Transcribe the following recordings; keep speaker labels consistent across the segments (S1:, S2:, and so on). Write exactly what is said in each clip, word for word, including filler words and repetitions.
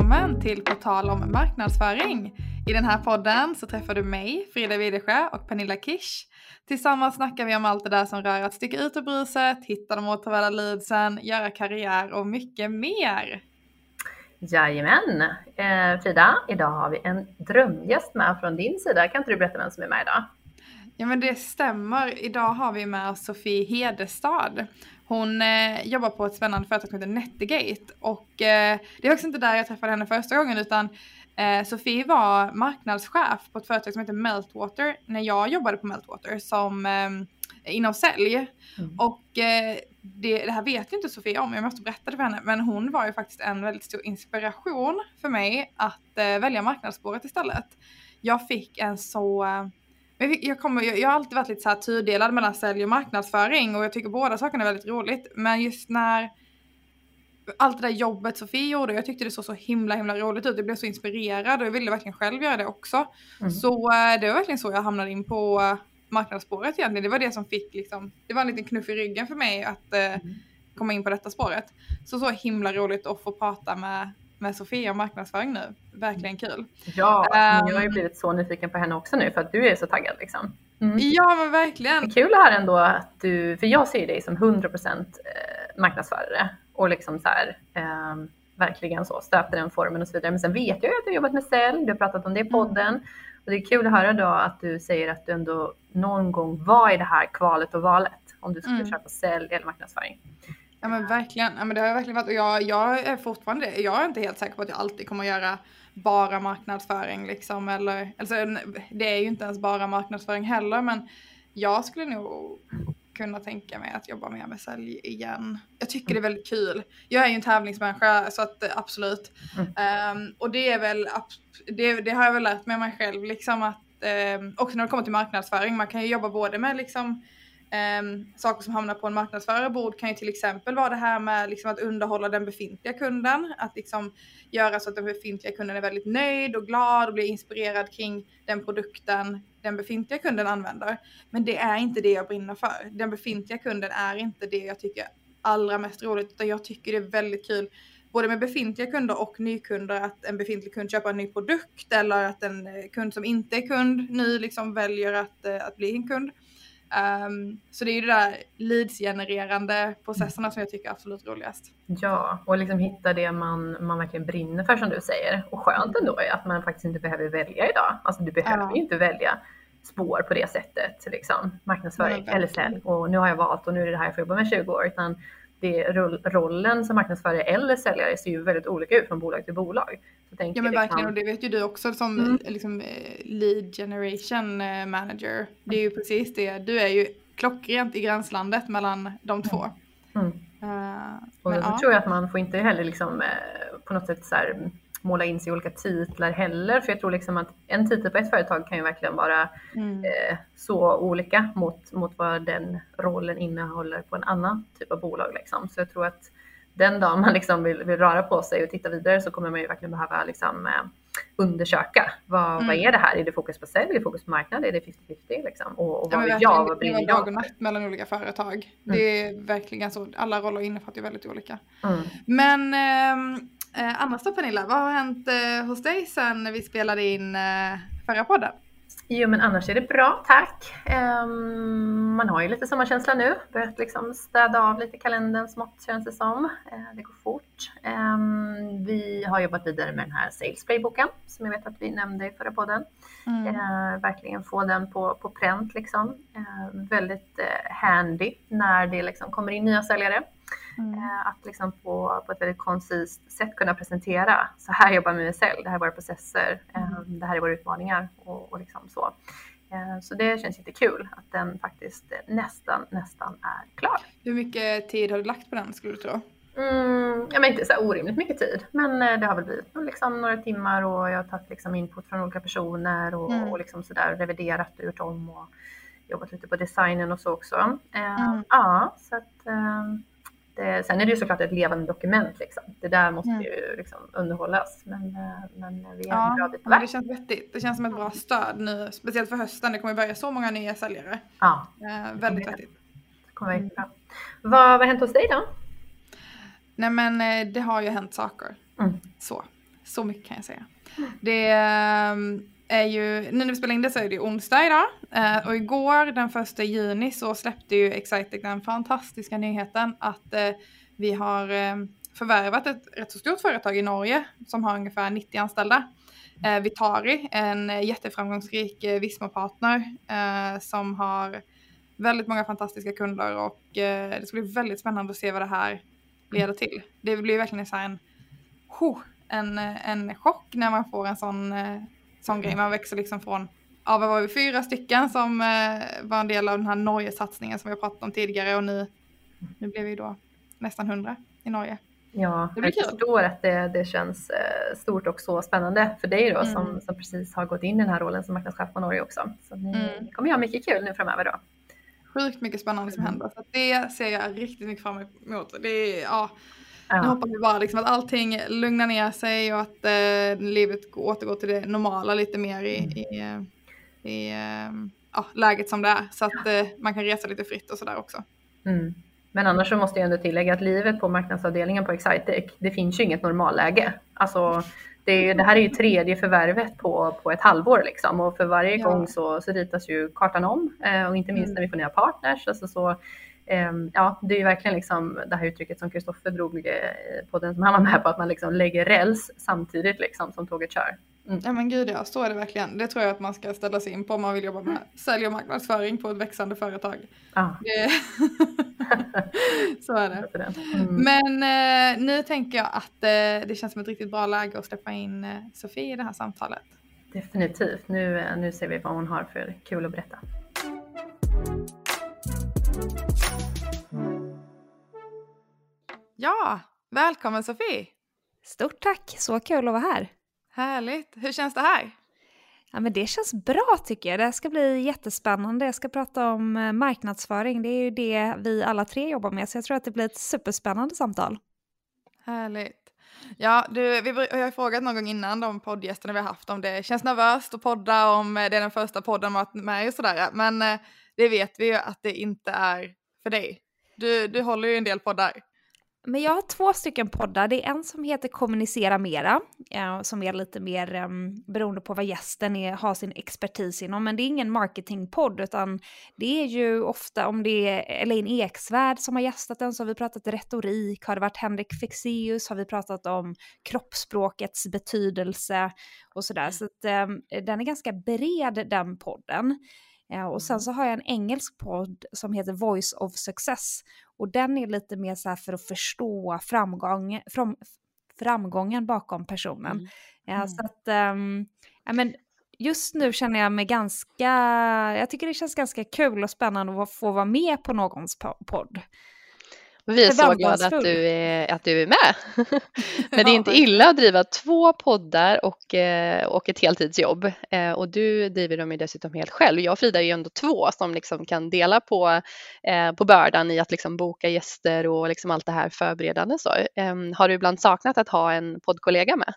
S1: välkommen till På tal om marknadsföring. I den här podden så träffar du mig, Frida Widesjö och Pernilla Kish. Tillsammans snackar vi om allt det där som rör att sticka ut ur bruset, hitta de återvärda leadsen, göra karriär och mycket mer.
S2: Jajamän. Eh, Frida, idag har vi en drömgäst med från din sida. Kan inte du berätta vem som är med idag?
S1: Ja, men det stämmer. Idag har vi med Sofie Hedestad. Hon eh, jobbar på ett spännande företag som heter Netigate. Och eh, det är också inte där jag träffade henne första gången, utan eh, Sofie var marknadschef på ett företag som heter Meltwater när jag jobbade på Meltwater som eh, inom sälj. Mm. Och eh, det, det här vet ju inte Sofie om, jag måste berätta det för henne. Men hon var ju faktiskt en väldigt stor inspiration för mig att eh, välja marknadsspåret istället. Jag fick en så... Eh, Jag, kommer, jag, jag har alltid varit lite så här tudelad mellan sälj och marknadsföring, och jag tycker båda sakerna är väldigt roligt. Men just när allt det där jobbet Sofie gjorde, jag tyckte det såg så himla himla roligt ut. Jag blev så inspirerad och jag ville verkligen själv göra det också. Mm. Så det var verkligen så jag hamnade in på marknadsspåret egentligen. Det var det som fick liksom, det var en liten knuff i ryggen för mig att mm. komma in på detta spåret. Så så himla roligt att få prata med med Sofie om marknadsföring nu. Verkligen kul.
S2: Ja, um, jag har ju blivit så nyfiken på henne också nu för att du är så taggad liksom.
S1: Mm. Ja, men verkligen.
S2: Det är kul här ändå att du, för jag ser dig som hundra procent marknadsförare och liksom så här, eh, verkligen så stöter den formen och så vidare. Men sen vet jag ju att du har jobbat med sälj, du har pratat om det i podden. Mm. Och det är kul att höra då att du säger att du ändå någon gång var i det här kvalet och valet om du skulle mm. köpa sälj eller marknadsföring.
S1: Ja, men verkligen. Ja, men det har jag verkligen varit. Och jag, jag är fortfarande det. Jag är inte helt säker på att jag alltid kommer att göra bara marknadsföring liksom. Eller, alltså, det är ju inte ens bara marknadsföring heller. Men jag skulle nog kunna tänka mig att jobba mer med sälj igen. Jag tycker det är väldigt kul. Jag är ju en tävlingsmänniska, så att absolut. Mm. Um, och det är väl, det, det har jag väl lärt mig mig själv. Liksom att, um, också när det kommer till marknadsföring. Man kan ju jobba både med liksom Um, saker som hamnar på en marknadsförarbord kan ju till exempel vara det här med liksom att underhålla den befintliga kunden, att liksom göra så att den befintliga kunden är väldigt nöjd och glad och blir inspirerad kring den produkten den befintliga kunden använder. Men det är inte det jag brinner för. Den befintliga kunden är inte det jag tycker allra mest roligt, utan jag tycker det är väldigt kul både med befintliga kunder och nykunder, att en befintlig kund köper en ny produkt eller att en kund som inte är kund ny liksom väljer att, att bli en kund. Um, så det är ju det där leads-genererande processerna som jag tycker är absolut roligast.
S2: Ja, och liksom hitta det man, man verkligen brinner för, som du säger. Och skönt ändå är att man faktiskt inte behöver välja idag. Alltså du behöver ja. ju inte välja spår på det sättet, liksom, marknadsföring ja, eller sälj. Och nu har jag valt och nu är det här jag får jobba med tjugo år. Utan det, rollen som marknadsförare eller säljare ser ju väldigt olika ut från bolag till bolag. Så
S1: ja, men
S2: liksom,
S1: verkligen, och det vet ju du också som mm. liksom, lead generation manager. Det är ju precis det. Du är ju klockrent i gränslandet mellan de två. Mm.
S2: Uh, och men, då ja. tror jag att man får inte heller liksom, eh, på något sätt så här, måla in sig i olika titlar heller. För jag tror liksom att en titel på ett företag kan ju verkligen vara mm. eh, så olika mot, mot vad den rollen innehåller på en annan typ av bolag. Liksom. Så jag tror att den dag man liksom vill, vill röra på sig och titta vidare, så kommer man ju verkligen behöva liksom, eh, undersöka. Vad, mm. vad är det här? Är det fokus på sälj? Är det fokus på marknad? Är det femtio femtio? Liksom? Och, och vad ja, jag? Vad brinner jag?
S1: Dag och natt mellan olika företag. Mm. Det är verkligen så. Alla roller innefattar ju väldigt olika. Mm. Men eh, eh, annars då, Pernilla, vad har hänt eh, hos dig sen vi spelade in eh, förra podden?
S2: Jo, men annars är det bra, tack. Um, man har ju lite sommarkänsla nu. Börjat liksom städa av lite kalendern smått, känns det som. Uh, det går fort. Um, vi har jobbat vidare med den här Sales Playboken som jag vet att vi nämnde i förra podden. Mm. Uh, verkligen få den på, på pränt liksom. Uh, väldigt uh, handy när det liksom kommer in nya säljare. Mm. Att liksom på, på ett väldigt koncist sätt kunna presentera, så här jobbar vi med sälj, det här är våra processer, mm. det här är våra utmaningar och, och liksom så. Så det känns jättekul att den faktiskt nästan, nästan är klar.
S1: Hur mycket tid har du lagt på den, skulle du tro?
S2: Mm, ja, men inte så orimligt mycket tid, men det har väl blivit liksom några timmar och jag har tagit liksom input från olika personer och, mm. och liksom sådär, reviderat och gjort om och jobbat lite på designen och så också. Mm. Ja, så att... Det, sen är det ju såklart ett levande dokument liksom. Det där måste mm. ju liksom underhållas. Men, men vi är
S1: ja,
S2: en bra bit på väg.
S1: Det känns vettigt. Det känns som ett bra stöd nu. Speciellt för hösten. Det kommer börja så många nya säljare.
S2: Ja.
S1: Eh, väldigt det vettigt.
S2: Det kommer mm. bra. Vad, vad har hänt hos dig då?
S1: Nej, men det har ju hänt saker. Mm. Så. så mycket kan jag säga. Det är ju, nu när vi spelar in det så är det onsdag idag. Och igår den första juni så släppte ju Exsitec den fantastiska nyheten att vi har förvärvat ett rätt så stort företag i Norge som har ungefär nittio anställda. Vitari, en jätteframgångsrik Visma-partner som har väldigt många fantastiska kunder och det ska bli väldigt spännande att se vad det här leder till. Det blir verkligen så här en, en, en chock när man får en sån, sån grej. Man växer liksom från, ja vad var vi, fyra stycken som var en del av den här Norge-satsningen som vi har pratat om tidigare och nu, nu blev vi då nästan hundra i Norge.
S2: Ja, jag förstår att det, det känns stort och så spännande för dig då mm. som, som precis har gått in i den här rollen som marknadschef på Norge också. Så ni mm. kommer ha mycket kul nu framöver då.
S1: Sjukt mycket spännande som händer. Så det ser jag riktigt mycket fram emot. Det är, ja, ja. Nu hoppas vi bara liksom att allting lugnar ner sig och att eh, livet återgår till det normala lite mer i, mm. i, i eh, ja, läget som det är. Så att eh, man kan resa lite fritt och sådär också.
S2: Mm. Men annars så måste jag ändå tillägga att livet på marknadsavdelningen på Exsitec, det finns ju inget normalläge. Alltså det, är, det här är ju tredje förvärvet på, på ett halvår liksom. Och för varje ja. gång så, så ritas ju kartan om. Eh, och inte minst mm. när vi får nya partners. Alltså så, eh, ja, det är ju verkligen liksom det här uttrycket som Kristoffer drog eh, på den som han var med på. Att man liksom lägger räls samtidigt liksom som tåget kör.
S1: Mm. Ja men gud ja, så är det verkligen. Det tror jag att man ska ställa sig in på om man vill jobba med sälj och marknadsföring på ett växande företag. Ah. Det... så är det. Mm. Men eh, nu tänker jag att eh, det känns som ett riktigt bra läge att släppa in eh, Sofie i det här samtalet.
S2: Definitivt. Nu, nu ser vi vad hon har för kul att berätta.
S1: Ja, välkommen Sofie.
S3: Stort tack, så kul att vara här.
S1: Härligt. Hur känns det här?
S3: Ja, men det känns bra tycker jag. Det ska bli jättespännande. Jag ska prata om marknadsföring. Det är ju det vi alla tre jobbar med. Så jag tror att det blir ett superspännande samtal.
S1: Härligt. Ja, du, vi, jag har frågat någon gång innan de poddgästerna vi har haft om det känns nervöst att podda, om det är den första podden man har med och sådär. Men det vet vi ju att det inte är för dig. Du, du håller ju en del poddar.
S3: Men jag har två stycken poddar. Det är en som heter Kommunicera Mera. Eh, som är lite mer eh, beroende på vad gästen är, har sin expertis inom. Men det är ingen marketingpodd utan det är ju ofta om det är Elaine Eksvärd som har gästat den så har vi pratat retorik. Har det varit Henrik Fexeus har vi pratat om kroppsspråkets betydelse och sådär. Så att, eh, den är ganska bred den podden. Ja, och sen så har jag en engelsk podd som heter Voice of Success. Och den är lite mer så här för att förstå framgång, fram, framgången bakom personen. Mm. Ja, mm. Så att, um, ja, men just nu känner jag mig ganska, jag tycker det känns ganska kul och spännande att få vara med på någons podd.
S4: Vi är så glada att du är, att du är med. Men det är inte illa att driva två poddar och, och ett heltidsjobb. Och du driver dem ju dessutom helt själv. Jag och Frida är ju ändå två som liksom kan dela på, på bördan i att liksom boka gäster och liksom allt det här förberedande. Så. Har du ibland saknat att ha en poddkollega med?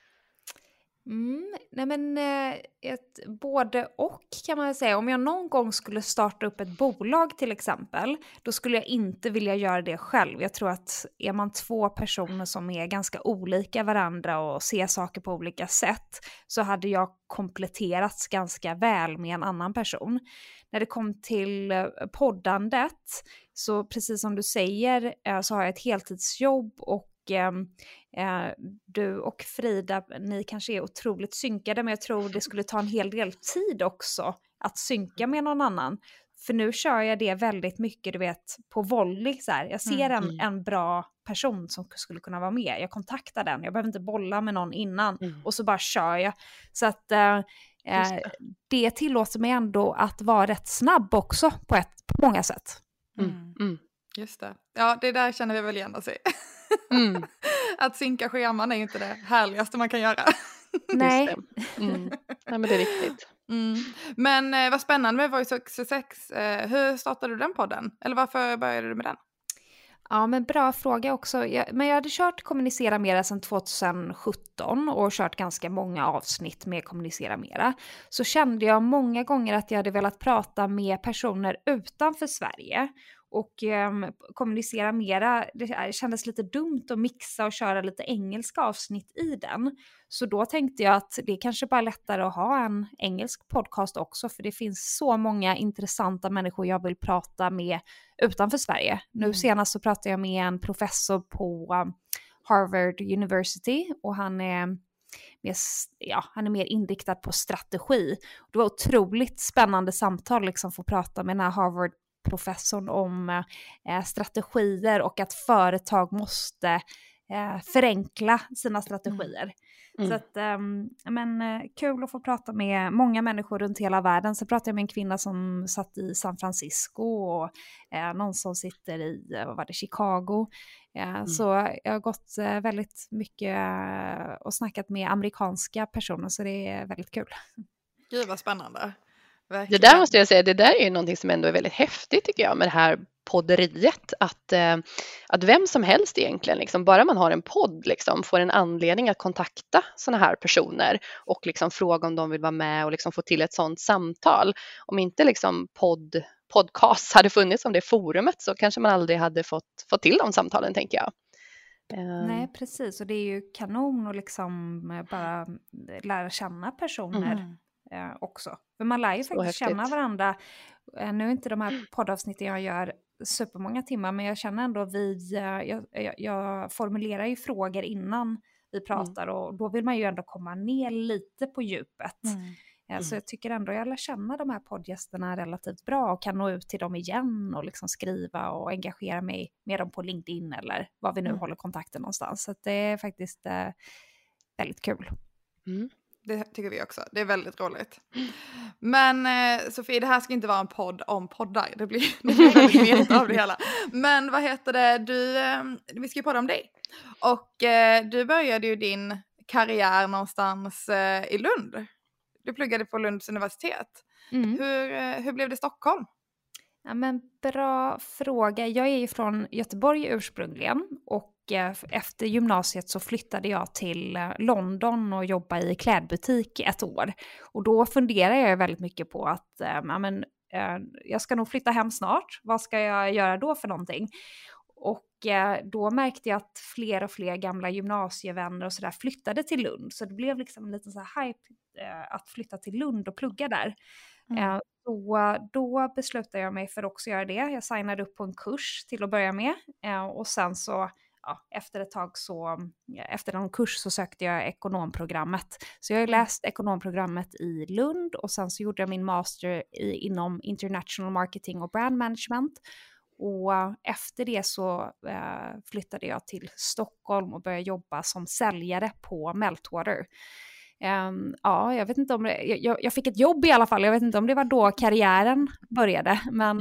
S3: Mm, nej men ett, både och kan man säga. Om jag någon gång skulle starta upp ett bolag till exempel, då skulle jag inte vilja göra det själv. Jag tror att är man två personer som är ganska olika varandra och ser saker på olika sätt, så hade jag kompletterats ganska väl med en annan person. När det kom till poddandet, så precis som du säger så har jag ett heltidsjobb och Eh, du och Frida, ni kanske är otroligt synkade, men jag tror det skulle ta en hel del tid också att synka med någon annan. För nu kör jag det väldigt mycket, du vet, på volley. Så här. Jag ser mm. en, en bra person som skulle kunna vara med. Jag kontaktar den, jag behöver inte bolla med någon innan. Mm. Och så bara kör jag. Så att eh, det. det tillåter mig ändå att vara rätt snabb också på, ett, på många sätt.
S1: Mm. Mm. Just det. Ja, det där känner vi väl igen oss i. Mm. Att synka scheman är ju inte det härligaste man kan göra.
S3: Nej.
S4: Mm. Ja, men det är viktigt.
S1: Mm. Men eh, vad spännande med Voice of Success. Eh, hur startade du den podden? Eller varför började du med den?
S3: Ja, men bra fråga också. Jag, men jag hade kört Kommunicera Mera sedan tjugohundrasjutton och kört ganska många avsnitt med Kommunicera Mera. Så kände jag många gånger att jag hade velat prata med personer utanför Sverige. och um, kommunicera mera. Det kändes lite dumt att mixa och köra lite engelska avsnitt i den. Så då tänkte jag att det kanske bara är lättare att ha en engelsk podcast också, för det finns så många intressanta människor jag vill prata med utanför Sverige. Nu mm. senast så pratade jag med en professor på um, Harvard University, och han är, mer, ja, han är mer inriktad på strategi. Det var otroligt spännande samtal liksom, få prata med den här Harvard-professorn om eh, strategier och att företag måste eh, förenkla sina strategier. Mm. Så att, um, men kul att få prata med många människor runt hela världen. Så pratade jag med en kvinna som satt i San Francisco och eh, någon som sitter i, vad var det, Chicago. Eh, mm. Så jag har gått eh, väldigt mycket eh, och snackat med amerikanska personer, så det är väldigt kul.
S1: Gud vad spännande.
S4: Verkligen. Det där måste jag säga, det där är ju någonting som ändå är väldigt häftigt tycker jag med det här podderiet, att, eh, att vem som helst egentligen, liksom, bara man har en podd, liksom, får en anledning att kontakta sådana här personer och liksom, fråga om de vill vara med och liksom, få till ett sådant samtal. Om inte liksom, podd, podcast hade funnits som det forumet, så kanske man aldrig hade fått, fått till de samtalen, tänker jag.
S3: Nej, precis, och det är ju kanon att liksom bara lära känna personer mm. eh, också. För man lär ju så faktiskt häftigt. Känna varandra. Nu är inte de här poddavsnitten jag gör supermånga timmar, men jag känner ändå vi, jag, jag, jag formulerar ju frågor innan vi pratar mm. och då vill man ju ändå komma ner lite på djupet. Mm. Mm. Så jag tycker ändå jag lär känna de här poddgästerna relativt bra och kan nå ut till dem igen och liksom skriva och engagera mig med dem på LinkedIn eller vad vi nu mm. håller kontakten någonstans. Så att det är faktiskt eh, väldigt kul.
S1: Mm. Det tycker vi också. Det är väldigt roligt. Men eh, Sofie, det här ska inte vara en podd om poddar. Det blir, det blir väldigt meta av det hela. Men vad heter det? Du, eh, vi ska ju podda om dig. Och eh, du började ju din karriär någonstans eh, i Lund. Du pluggade på Lunds universitet. Mm. Hur, eh, hur blev det Stockholm?
S3: Ja, men bra fråga. Jag är ju från Göteborg ursprungligen och efter gymnasiet så flyttade jag till London och jobbade i klädbutik ett år. Och då funderar jag väldigt mycket på att äh, men, äh, jag ska nog flytta hem snart. Vad ska jag göra då för någonting? Och äh, då märkte jag att fler och fler gamla gymnasievänner och sådär flyttade till Lund. Så det blev liksom en liten så här hype äh, att flytta till Lund och plugga där. Mm. Äh, så då beslutade jag mig för att också göra det. Jag signade upp på en kurs till att börja med. Äh, och sen så Ja, efter ett tag så, efter någon kurs så sökte jag ekonomprogrammet. Så jag har läst ekonomprogrammet i Lund och sen så gjorde jag min master i, inom international marketing och brand management. Och efter det så eh, flyttade jag till Stockholm och började jobba som säljare på Meltwater. Um, ja, jag vet inte om det, jag, jag fick ett jobb i alla fall. Jag vet inte om det var då karriären började, men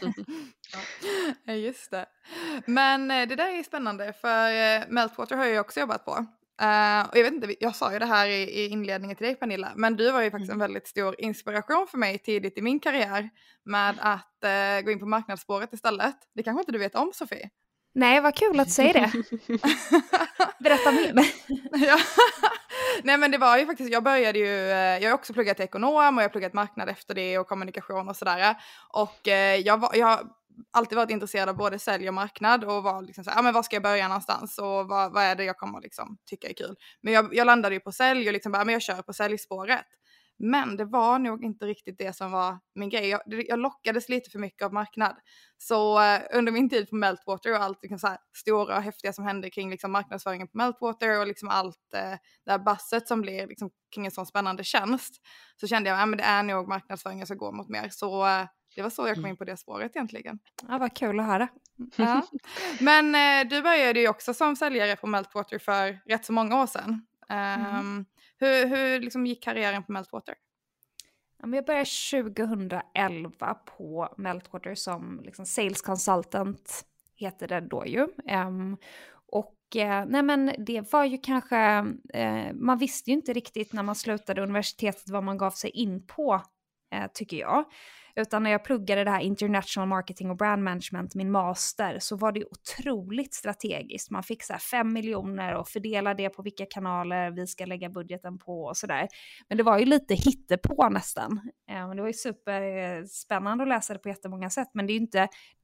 S1: ja, just det. Men det där är spännande, för Meltwater har jag också jobbat på. Uh, och jag vet inte, jag sa ju det här i, i inledningen till dig, Pernilla, men du var ju faktiskt en väldigt stor inspiration för mig tidigt i min karriär med att uh, gå in på marknadsspåret istället. Det kanske inte du vet om, Sofie?
S3: Nej, vad kul att säga det. Berätta mer.
S1: Ja. Nej, men det var ju faktiskt, jag började ju, jag har också pluggat ekonom och jag har pluggat marknad efter det och kommunikation och sådär. Och eh, jag, var, jag har alltid varit intresserad av både sälj och marknad och var liksom så här, ja men var ska jag börja någonstans och vad, vad är det jag kommer liksom tycka är kul. Men jag, jag landade ju på sälj och liksom bara, men jag kör på säljspåret. Men det var nog inte riktigt det som var min grej. Jag, jag lockades lite för mycket av marknad. Så eh, under min tid på Meltwater och allt liksom så här stora och häftiga som hände kring liksom marknadsföringen på Meltwater och liksom allt eh, det här basset som blir liksom kring en sån spännande tjänst, så kände jag att ja, det är nog marknadsföringen som går mot mer. Så eh, det var så jag kom in på det spåret egentligen.
S3: Ja, vad kul att höra.
S1: Ja. Men eh, du började ju också som säljare på Meltwater för rätt så många år sedan. Um, mm. Hur, hur liksom gick karriären på Meltwater?
S3: Ja, men jag började tjugohundraelva på Meltwater som liksom sales consultant, heter det då ju. Um, och uh, nej men det var ju kanske, uh, man visste ju inte riktigt när man slutade universitetet vad man gav sig in på, uh, tycker jag. Utan när jag pluggade det här international marketing och brand management, min master, så var det otroligt strategiskt. Man fick så här fem miljoner och fördela det på vilka kanaler vi ska lägga budgeten på och sådär. Men det var ju lite hittepå nästan. Det var ju superspännande att läsa det på jättemånga sätt, men det är ju inte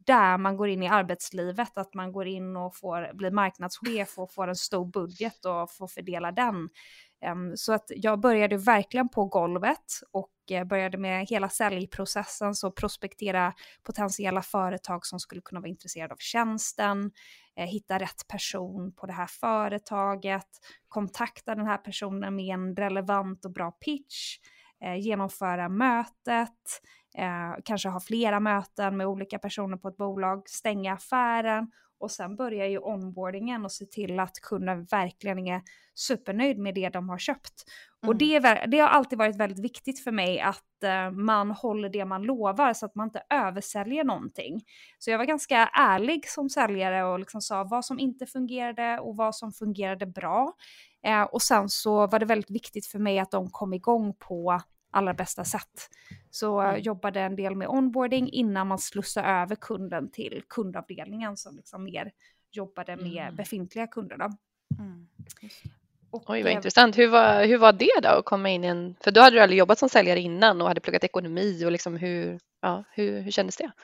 S3: där man går in i arbetslivet, att man går in och får bli marknadschef och får en stor budget och får fördela den. Um, så att jag började verkligen på golvet och uh, började med hela säljprocessen, så prospektera potentiella företag som skulle kunna vara intresserade av tjänsten, uh, hitta rätt person på det här företaget, kontakta den här personen med en relevant och bra pitch, uh, genomföra mötet, uh, kanske ha flera möten med olika personer på ett bolag, stänga affären. Och sen börjar ju onboardingen och se till att kunden verkligen är supernöjd med det de har köpt. Mm. Och det, är, det har alltid varit väldigt viktigt för mig att uh, man håller det man lovar, så att man inte översäljer någonting. Så jag var ganska ärlig som säljare och liksom sa vad som inte fungerade och vad som fungerade bra. Uh, och sen så var det väldigt viktigt för mig att de kom igång på allra bästa sätt. Så mm. jobbade en del med onboarding innan man slussade över kunden till kundavdelningen som liksom mer jobbade med mm. befintliga kunder. Då. Mm.
S4: Och, Oj, vad eh, intressant. Hur var, hur var det då att komma in i en... För då hade du aldrig jobbat som säljare innan och hade pluggat ekonomi och liksom hur, ja, hur, hur kändes det?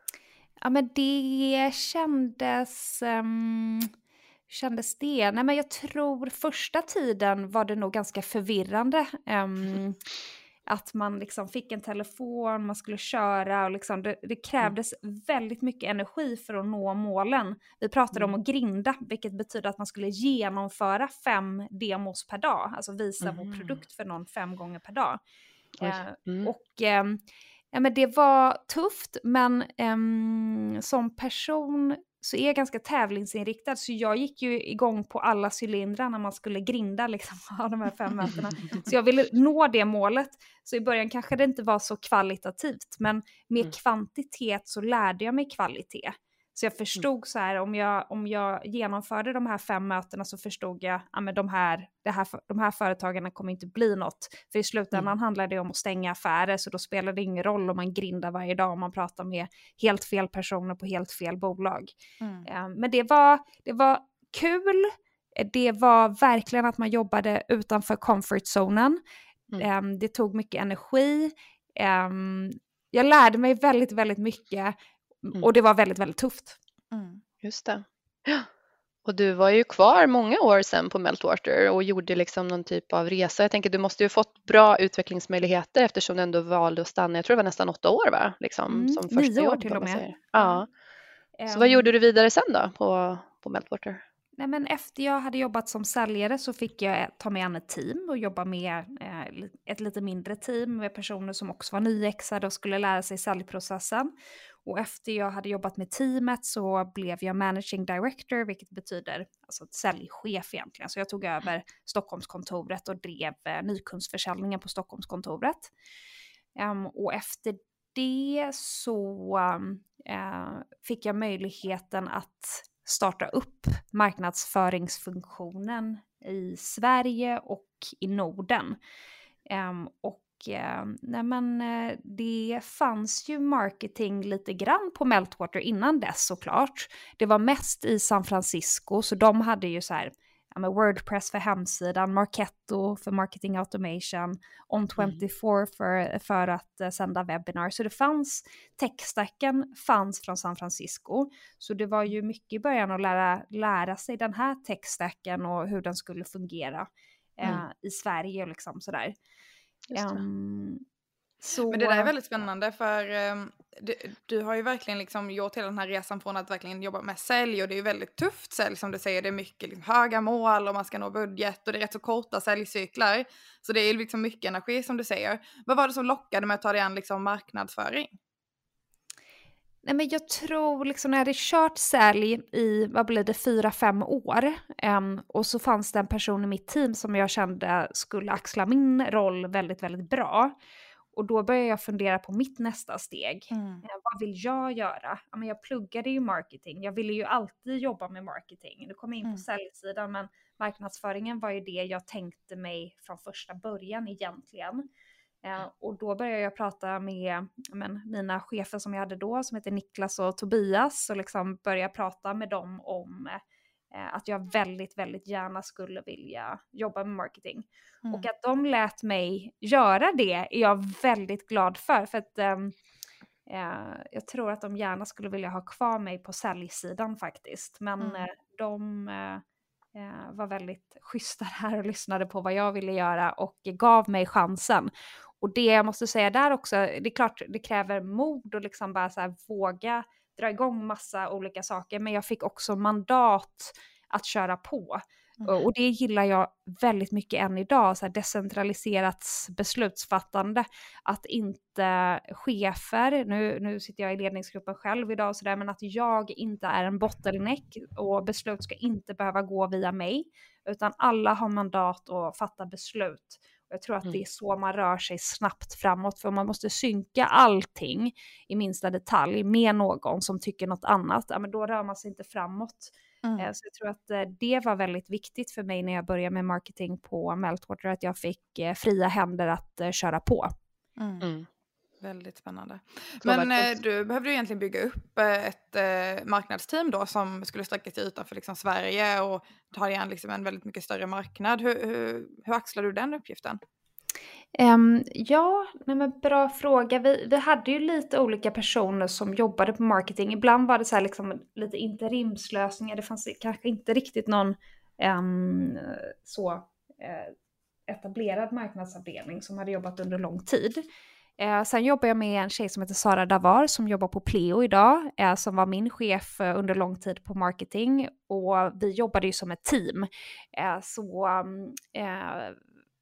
S3: Ja, men det kändes... Um... kändes det? Nej, men jag tror första tiden var det nog ganska förvirrande. Um, att man liksom fick en telefon, man skulle köra och liksom det, det krävdes mm. väldigt mycket energi för att nå målen. Vi pratade mm. om att grinda, vilket betyder att man skulle genomföra fem demos per dag. Alltså visa mm. vår produkt för någon fem gånger per dag. Mm. Uh, och um, ja, men det var tufft, men um, som person så är jag ganska tävlingsinriktad, så jag gick ju igång på alla cylindrar när man skulle grinda liksom av de här fem mötena. Så jag ville nå det målet. Så i början kanske det inte var så kvalitativt, men med mm. kvantitet så lärde jag mig kvalitet. Så jag förstod mm. så här, om jag, om jag genomförde de här fem mötena så förstod jag att ja, de, här, det här, de här företagarna kommer inte bli något. För i slutändan mm. handlar det om att stänga affärer, så då spelar det ingen roll om man grindar varje dag, om man pratar med helt fel personer på helt fel bolag. Mm. Um, men det var, det var kul. Det var verkligen att man jobbade utanför comfort-zonen. Mm. Um, det tog mycket energi. Um, jag lärde mig väldigt, väldigt mycket. Mm. Och det var väldigt, väldigt tufft.
S4: Mm. Just det. Ja. Och du var ju kvar många år sedan på Meltwater och gjorde liksom någon typ av resa. Jag tänker du måste ju fått bra utvecklingsmöjligheter eftersom du ändå valde att stanna. Jag tror det var nästan åtta år, va? Liksom,
S3: mm,
S4: som första
S3: nio år
S4: jobb,
S3: till och med.
S4: Ja. Mm. Så vad gjorde du vidare sen då på, på Meltwater?
S3: Nej, men efter jag hade jobbat som säljare så fick jag ta med an ett team och jobba med eh, ett lite mindre team med personer som också var nyexade och skulle lära sig säljprocessen. Och efter jag hade jobbat med teamet så blev jag managing director, vilket betyder alltså ett säljchef egentligen. Så jag tog över Stockholmskontoret och drev eh, nykundsförsäljningen på Stockholmskontoret. Um, och efter det så uh, fick jag möjligheten att starta upp marknadsföringsfunktionen i Sverige och i Norden. Um, och uh, nej men, uh, det fanns ju marketing lite grann på Meltwater innan dess såklart. Det var mest i San Francisco, så de hade ju så här ja, med WordPress för hemsidan, Marketo för marketing automation, On tjugofyra mm. för, för att uh, sända webbinar. Så det fanns, techstacken fanns från San Francisco. Så det var ju mycket i början att lära, lära sig den här techstacken och hur den skulle fungera mm. uh, i Sverige och liksom sådär. Um,
S1: så... Men det där är väldigt spännande för um, du, du har ju verkligen liksom gjort hela den här resan från att verkligen jobba med sälj, och det är ju väldigt tufft sälj som du säger, det är mycket liksom höga mål och man ska nå budget och det är rätt så korta säljcyklar, så det är liksom mycket energi som du säger. Vad var det som lockade med att ta dig an liksom marknadsföring?
S3: Nej, men jag tror liksom när jag hade kört sälj i, vad blir det, fyra, fem år. Um, och så fanns det en person i mitt team som jag kände skulle axla min roll väldigt, väldigt bra. Och då började jag fundera på mitt nästa steg. Mm. Uh, vad vill jag göra? Ja, men jag pluggade ju marketing. Jag ville ju alltid jobba med marketing. Nu kom jag in på mm. säljsidan, men marknadsföringen var ju det jag tänkte mig från första början egentligen. Uh, och då började jag prata med men, mina chefer som jag hade då, som heter Niklas och Tobias, och liksom började prata med dem om uh, att jag väldigt, väldigt gärna skulle vilja jobba med marketing. Mm. Och att de lät mig göra det är jag väldigt glad för, för att um, Eh, jag tror att de gärna skulle vilja ha kvar mig på säljsidan faktiskt. Men
S1: Mm.
S3: eh, de eh, eh, var väldigt schyssta här och lyssnade på vad jag ville göra och gav mig chansen. Och det jag måste säga där också, det är klart det kräver mod och liksom bara så här våga dra igång massa olika saker. Men jag fick också mandat att köra på.
S1: Mm.
S3: Och det gillar jag väldigt mycket än idag, så här decentraliserat beslutsfattande. Att inte chefer, nu, nu sitter jag i ledningsgruppen själv idag och sådär, men att jag inte är en bottleneck och beslut ska inte behöva gå via mig. Utan alla har mandat att fatta beslut. Och jag tror att
S4: Mm.
S3: det är så man rör sig snabbt framåt, för man måste synka allting i minsta detalj med någon som tycker något annat. Ja, men då rör man sig inte framåt.
S1: Mm.
S3: Så jag tror att det var väldigt viktigt för mig när jag började med marketing på Meltwater, att jag fick fria händer att köra på.
S1: Mm.
S4: Mm.
S1: Väldigt spännande.
S4: Så
S1: Men
S4: verkligen.
S1: eh, du behövde ju egentligen bygga upp eh, ett eh, marknadsteam då som skulle sträcka sig utanför liksom, Sverige och ta igen liksom, en väldigt mycket större marknad. Hur, hur, hur axlar du den uppgiften?
S3: Um, ja, nej men bra fråga. Vi, vi hade ju lite olika personer som jobbade på marketing. Ibland var det så här liksom lite interimslösningar. Det fanns kanske inte riktigt någon um, så uh, etablerad marknadsavdelning som hade jobbat under lång tid. Uh, sen jobbar jag med en tjej som heter Sara Davar som jobbar på Pleo idag. Uh, som var min chef uh, under lång tid på marketing. Och vi jobbade ju som ett team. Uh, så... Um, uh,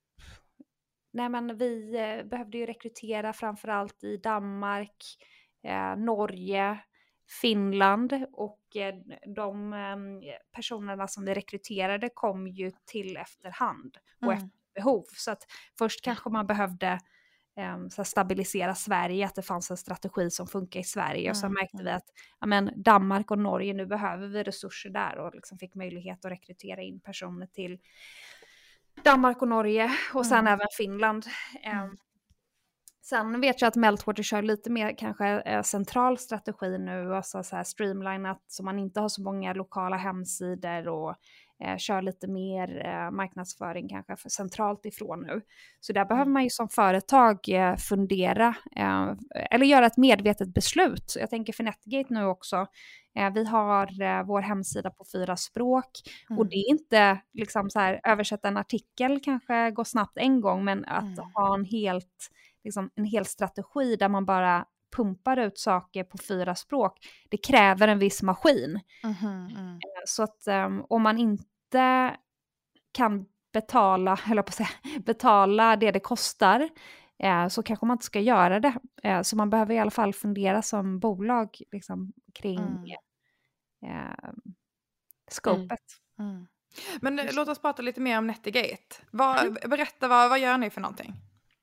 S3: Nej, men vi eh, behövde ju rekrytera framförallt i Danmark, eh, Norge, Finland, och eh, de eh, personerna som vi rekryterade kom ju till efterhand och
S1: Mm.
S3: efter behov. Så att först kanske man behövde eh, så här stabilisera Sverige, att det fanns en strategi som funkar i Sverige. Och så
S1: Mm.
S3: märkte vi att ja, men Danmark och Norge, nu behöver vi resurser där, och liksom fick möjlighet att rekrytera in personer till Danmark och Norge och sen
S1: Mm.
S3: även Finland.
S1: Mm.
S3: Eh, sen vet jag att Meltwater kör lite mer kanske eh, central strategi nu, alltså så här streamlinat så man inte har så många lokala hemsidor och eh, kör lite mer eh, marknadsföring kanske för centralt ifrån nu. Så där behöver man ju som företag eh, fundera eh, eller göra ett medvetet beslut. Jag tänker för Netgate nu också. Eh, vi har eh, vår hemsida på fyra språk.
S1: Mm.
S3: Och det är inte liksom så här, översätta en artikel kanske går snabbt en gång, men att
S1: Mm.
S3: ha en helt, liksom, en hel strategi där man bara pumpar ut saker på fyra språk, det kräver en viss maskin.
S1: Mhm, mm.
S3: Så att um, om man inte kan betala, eller på att säga, betala det det kostar, eh, så kanske man inte ska göra det. Eh, så man behöver i alla fall fundera som bolag liksom, kring
S1: Mm.
S3: eh, scopet.
S1: Mm. Men eh, låt oss prata lite mer om Netgate. Vad, berätta, vad, vad gör ni för någonting?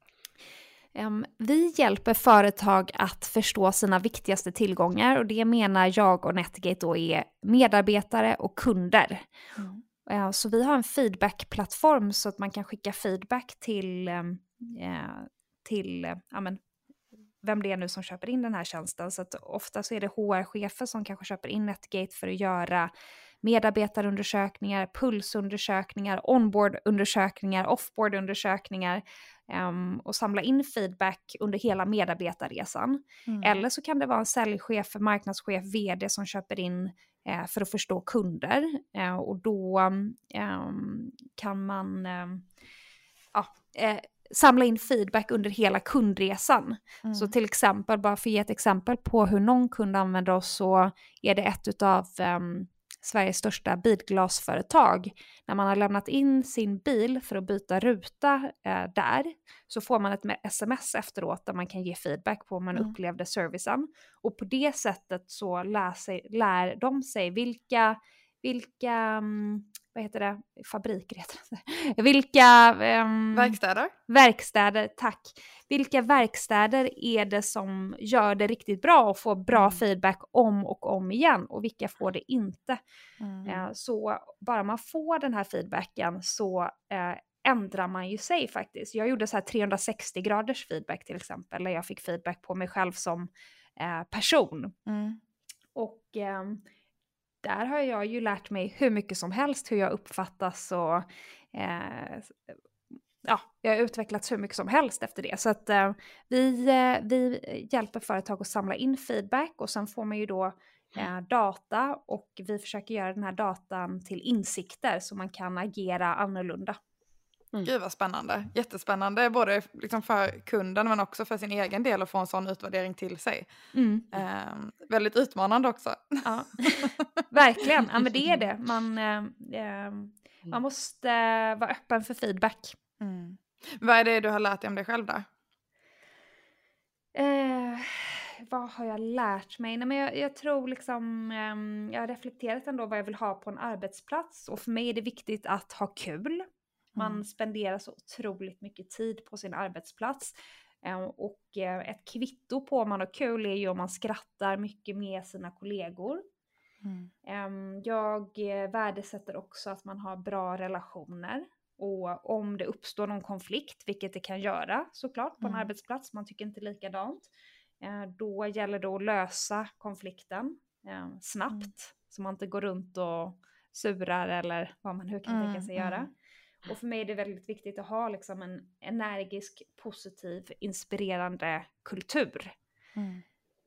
S3: Um, vi hjälper företag att förstå sina viktigaste tillgångar, och det menar jag och Netgate då är medarbetare och kunder.
S1: Mm.
S3: Uh, så vi har en feedbackplattform så att man kan skicka feedback till, um, uh, till uh, ja, men, vem det är nu som köper in den här tjänsten. Så att ofta så är det H R-chefer som kanske köper in Netgate för att göra medarbetarundersökningar, pulsundersökningar, onboardundersökningar, offboardundersökningar um, och samla in feedback under hela medarbetarresan.
S1: Mm.
S3: Eller så kan det vara en säljchef, marknadschef, vd som köper in eh, för att förstå kunder. Eh, och då um, kan man um, ja, eh, samla in feedback under hela kundresan.
S1: Mm.
S3: Så till exempel, bara för att ge ett exempel på hur någon kund använder oss, så är det ett av um, Sveriges största bilglasföretag. När man har lämnat in sin bil för att byta ruta eh, där, så får man ett sms efteråt där man kan ge feedback på hur man
S1: Mm.
S3: upplevde servicen. Och på det sättet så lär, sig, lär de sig vilka, vilka um, vad heter det? Fabriker heter det. Vilka um,
S1: Verkstäder?
S3: verkstäder, tack. Vilka verkstäder är det som gör det riktigt bra och får bra
S1: Mm.
S3: feedback om och om igen, och vilka får det inte?
S1: Mm.
S3: Eh, så bara man får den här feedbacken så eh, ändrar man ju sig faktiskt. Jag gjorde så här trehundrasextio graders feedback till exempel, där jag fick feedback på mig själv som eh, person.
S1: Mm.
S3: Och eh, där har jag ju lärt mig hur mycket som helst hur jag uppfattas och eh, ja, jag har utvecklats hur mycket som helst efter det. Så att uh, vi, uh, vi hjälper företag att samla in feedback och sen får man ju då uh, data och vi försöker göra den här datan till insikter så man kan agera annorlunda.
S1: Mm. Gud vad spännande, jättespännande både liksom för kunden men också för sin egen del att få en sån utvärdering till sig.
S3: Mm.
S1: Uh, väldigt utmanande också.
S3: Ja, verkligen, ja men det är det. Man, uh, uh, man måste uh, vara öppen för feedback.
S1: Mm. Vad är det du har lärt dig om dig själv där?
S3: Eh, vad har jag lärt mig? Nej, men jag, jag tror liksom, eh, jag har reflekterat ändå vad jag vill ha på en arbetsplats. Och för mig är det viktigt att ha kul. Man mm. spenderar så otroligt mycket tid på sin arbetsplats. Eh, och eh, ett kvitto på om man har kul är ju om man skrattar mycket med sina kollegor. Mm. Eh, jag värdesätter också att man har bra relationer. Och om det uppstår någon konflikt, vilket det kan göra såklart på en mm. arbetsplats, man tycker inte likadant, eh, då gäller det att lösa konflikten eh, snabbt, mm. så man inte går runt och surar eller vad man nu kan mm. tänka sig göra. Mm. Och för mig är det väldigt viktigt att ha liksom en energisk, positiv, inspirerande kultur. Mm.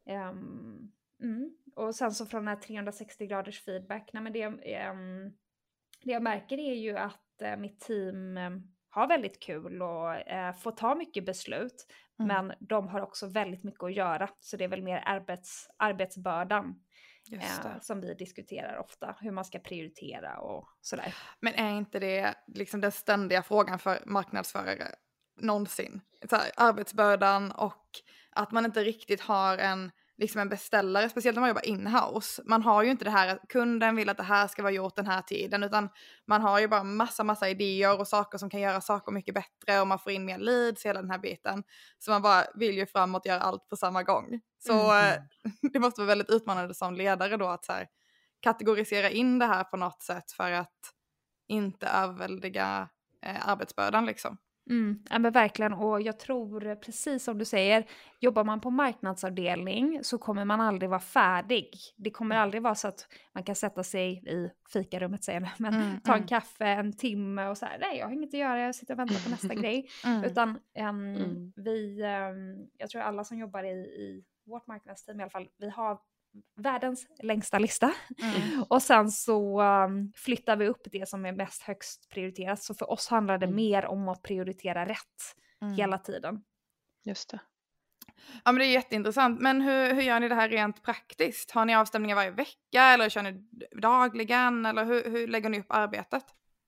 S3: Um, mm. Och sen så från den här trehundrasextio graders feedback, nej men det, um, det jag märker är ju att mitt team har väldigt kul och eh, får ta mycket beslut. Mm. Men de har också väldigt mycket att göra. Så det är väl mer arbets, arbetsbördan eh, som vi diskuterar ofta. Hur man ska prioritera och sådär.
S1: Men är inte det liksom den ständiga frågan för marknadsförare någonsin? Så här, arbetsbördan och att man inte riktigt har en... liksom en beställare, speciellt när man jobbar in-house. Man har ju inte det här att kunden vill att det här ska vara gjort den här tiden, utan man har ju bara massa, massa idéer och saker som kan göra saker mycket bättre och man får in mer leads, hela den här biten. Så man bara vill ju framåt göra allt på samma gång. Så mm. det måste vara väldigt utmanande som ledare då att så här, kategorisera in det här på något sätt för att inte överväldiga eh, arbetsbördan liksom.
S3: Mm, ja men verkligen, och jag tror precis som du säger, jobbar man på marknadsavdelning så kommer man aldrig vara färdig. Det kommer aldrig vara så att man kan sätta sig i fikarummet säger men mm, ta en mm. kaffe en timme och så här, nej jag har inget att göra, jag sitter och väntar på nästa grej. Mm. Utan um, mm. vi, um, jag tror alla som jobbar i, i vårt marknadsteam i alla fall, vi har världens längsta lista. Mm. Och sen så um, flyttar vi upp det som är mest högst prioriterat. Så för oss handlar det mm. mer om att prioritera rätt mm. hela tiden.
S4: Just det.
S1: Ja men det är jätteintressant. Men hur, hur gör ni det här rent praktiskt? Har ni avstämningar varje vecka eller kör ni dagligen? Eller hur, hur lägger ni upp arbetet?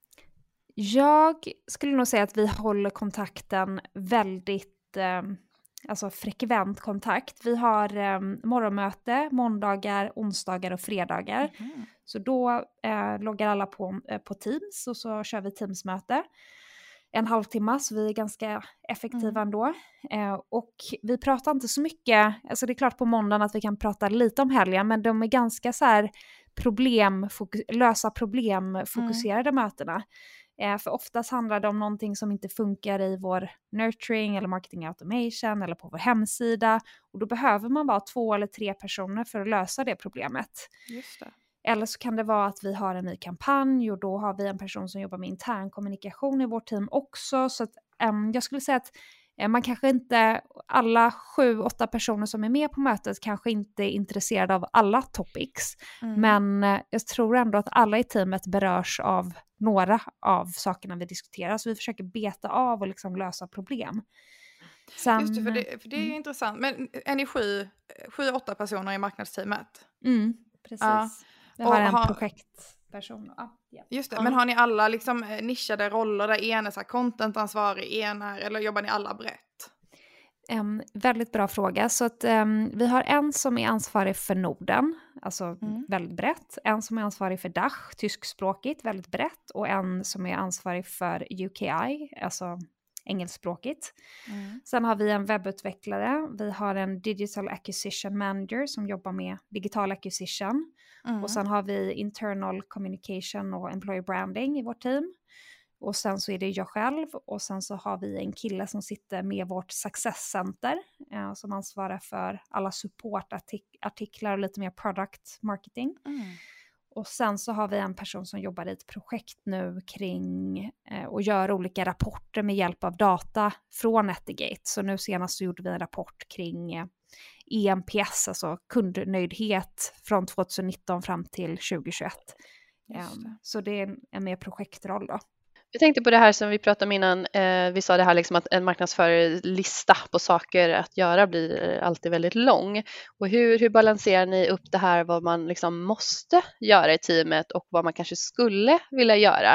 S3: Jag skulle nog säga att vi håller kontakten väldigt... Um, alltså frekvent kontakt. Vi har eh, morgonmöte, måndagar, onsdagar och fredagar. Mm. Så då eh, loggar alla på, eh, på Teams och så kör vi Teamsmöte. En halvtimme, så vi är ganska effektiva mm. ändå. Eh, och vi pratar inte så mycket, alltså det är klart på måndagen att vi kan prata lite om helgen, men de är ganska så här problem, fokus, lösa problemfokuserade mm. mötena. Eh, för oftast handlar det om någonting som inte funkar i vår nurturing eller marketing automation eller på vår hemsida. Och då behöver man vara två eller tre personer för att lösa det problemet.
S1: Just det.
S3: Eller så kan det vara att vi har en ny kampanj och då har vi en person som jobbar med intern kommunikation i vårt team också. Så att, um, jag skulle säga att eh, man kanske inte, alla sju, åtta personer som är med på mötet kanske inte är intresserade av alla topics. Mm. Men eh, jag tror ändå att alla i teamet berörs av några av sakerna vi diskuterar. Så vi försöker beta av och liksom lösa problem. Sen,
S1: Just det, för det, för det är ju mm. intressant. Men är ni sju, sju, åtta personer i marknadsteamet?
S3: Mm, precis. Ja. Vi har en har, projektperson. Ja, ja.
S1: Just det,
S3: ja.
S1: Men har ni alla liksom nischade roller där en är så här contentansvarig, en är, eller jobbar ni alla brett?
S3: En väldigt bra fråga. Så att, um, vi har en som är ansvarig för Norden, alltså mm. väldigt brett. En som är ansvarig för D A C H, tyskspråkigt, väldigt brett. Och en som är ansvarig för U K I, alltså engelskspråkigt. Mm. Sen har vi en webbutvecklare. Vi har en digital acquisition manager som jobbar med digital acquisition. Mm. Och sen har vi internal communication och employer branding i vårt team. Och sen så är det jag själv och sen så har vi en kille som sitter med vårt success center eh, som ansvarar för alla supportartiklar och lite mer product marketing. Mm. Och sen så har vi en person som jobbar i ett projekt nu kring eh, och gör olika rapporter med hjälp av data från Etigate. Så nu senast så gjorde vi en rapport kring eh, E N P S, alltså kundnöjdhet från tjugonitton fram till tjugohundratjugoett. Um, så det är en, en mer projektroll då.
S4: Jag tänkte på det här som vi pratade om innan. Eh, vi sa det här liksom att en marknadsförarlista på saker att göra blir alltid väldigt lång. Och hur, hur balanserar ni upp det här vad man liksom måste göra i teamet och vad man kanske skulle vilja göra?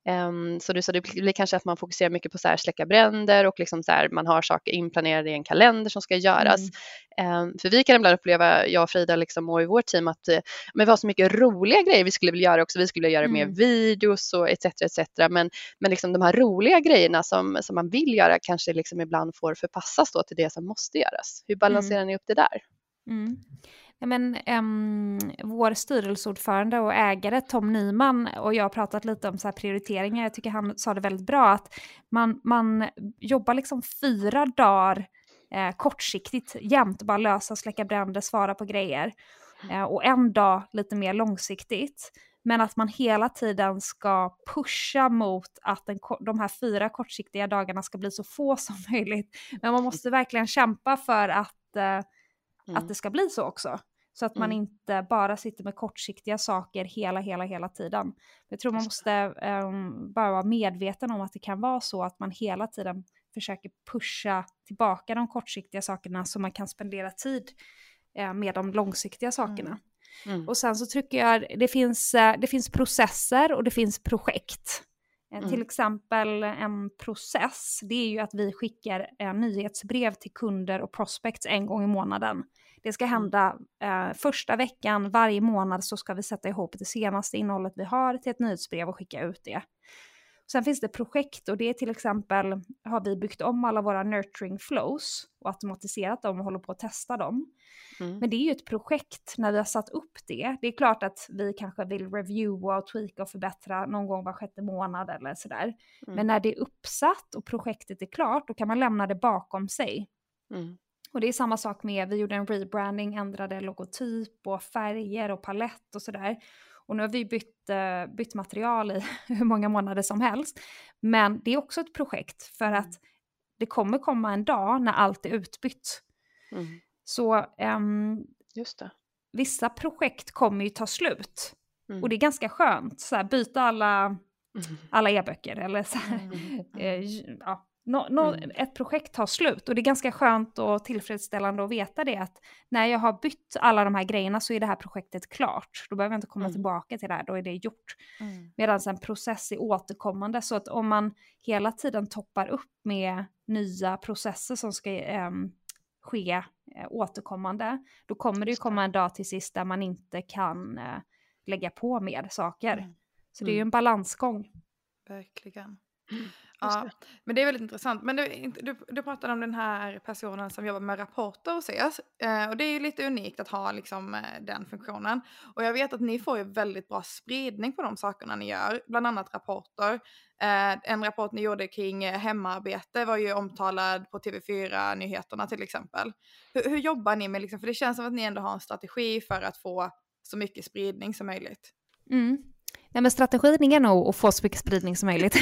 S4: Um, så du sa det blir kanske att man fokuserar mycket på så här släcka bränder och liksom så här, man har saker inplanerade i en kalender som ska göras. Mm. Um, för vi kan ibland uppleva, jag och Frida liksom, och i vårt team, att uh, men vi har så mycket roliga grejer vi skulle vilja göra också. Vi skulle vilja göra mm. mer videos och et cetera et cetera. Men, men liksom de här roliga grejerna som, som man vill göra kanske liksom ibland får förpassas då till det som måste göras. Hur balanserar mm. ni upp det där?
S3: Mm. Ja, men, um, vår styrelseordförande och ägare Tom Nyman och jag har pratat lite om så här prioriteringar. Jag tycker han sa det väldigt bra att man, man jobbar liksom fyra dagar eh, kortsiktigt jämt, bara lösa, släcka bränder, svara på grejer. Eh, och en dag lite mer långsiktigt. Men att man hela tiden ska pusha mot att den, de här fyra kortsiktiga dagarna ska bli så få som möjligt. Men man måste verkligen kämpa för att, eh, mm. att det ska bli så också. Så att man mm. inte bara sitter med kortsiktiga saker hela, hela, hela tiden. Jag tror man måste um, bara vara medveten om att det kan vara så att man hela tiden försöker pusha tillbaka de kortsiktiga sakerna så man kan spendera tid uh, med de långsiktiga sakerna. Mm. Mm. Och sen så tycker jag det finns, uh, det finns processer och det finns projekt. Mm. Till exempel en process, det är ju att vi skickar uh, nyhetsbrev till kunder och prospects en gång i månaden. Det ska hända eh, första veckan varje månad, så ska vi sätta ihop det senaste innehållet vi har till ett nyhetsbrev och skicka ut det. Sen finns det projekt, och det är till exempel har vi byggt om alla våra nurturing flows och automatiserat dem och håller på att testa dem. Mm. Men det är ju ett projekt när vi har satt upp det. Det är klart att vi kanske vill reviewa och tweaka och förbättra någon gång var sjätte månad eller sådär. Mm. Men när det är uppsatt och projektet är klart, då kan man lämna det bakom sig. Mm. Och det är samma sak med, vi gjorde en rebranding, ändrade logotyp och färger och palett och sådär. Och nu har vi bytt, uh, bytt material i hur många månader som helst. Men det är också ett projekt för att det kommer komma en dag när allt är utbytt. Mm. Så um,
S4: Just det.
S3: Vissa projekt kommer ju ta slut. Mm. Och det är ganska skönt, så här, byta alla, mm. alla e-böcker eller så här, mm. Mm. ja. No, no, mm. Ett projekt tar slut, och det är ganska skönt och tillfredsställande att veta det, att när jag har bytt alla de här grejerna så är det här projektet klart. Då behöver jag inte komma mm. tillbaka till det här, då är det gjort. Mm. Medan en process är återkommande, så att om man hela tiden toppar upp med nya processer som ska eh, ske eh, återkommande, då kommer det ju komma en dag till sist där man inte kan eh, lägga på mer saker. Mm. Så det är ju en balansgång.
S1: Verkligen. Mm. Ja, men det är väldigt intressant. Men du, du, du pratade om den här personen som jobbar med rapporter och ses. Eh, och det är ju lite unikt att ha liksom, eh, den funktionen. Och jag vet att ni får ju väldigt bra spridning på de sakerna ni gör. Bland annat rapporter. Eh, en rapport ni gjorde kring eh, hemarbete var ju omtalad på T V fyra-nyheterna till exempel. Hur, hur jobbar ni med, liksom, för det känns som att ni ändå har en strategi för att få så mycket spridning som möjligt.
S3: Mm. Nej, men strategin är nog att få så mycket spridning som möjligt.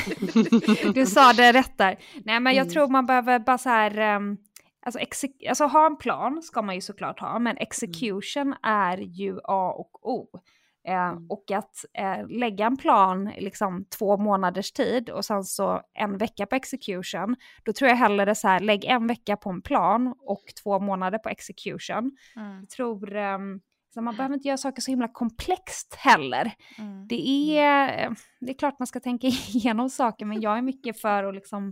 S3: Du sa det rätt där. Nej, men jag mm. tror man behöver bara så här... Um, alltså, exec- alltså ha en plan ska man ju såklart ha. Men execution mm. är ju A och O. Uh, mm. Och att uh, lägga en plan liksom två månaders tid och sen så en vecka på execution. Då tror jag hellre så här, lägg en vecka på en plan och två månader på execution. Mm. Jag tror... Um, Så man behöver inte göra saker så himla komplext heller. Mm. Det, är, det är klart man ska tänka igenom saker, men jag är mycket för att liksom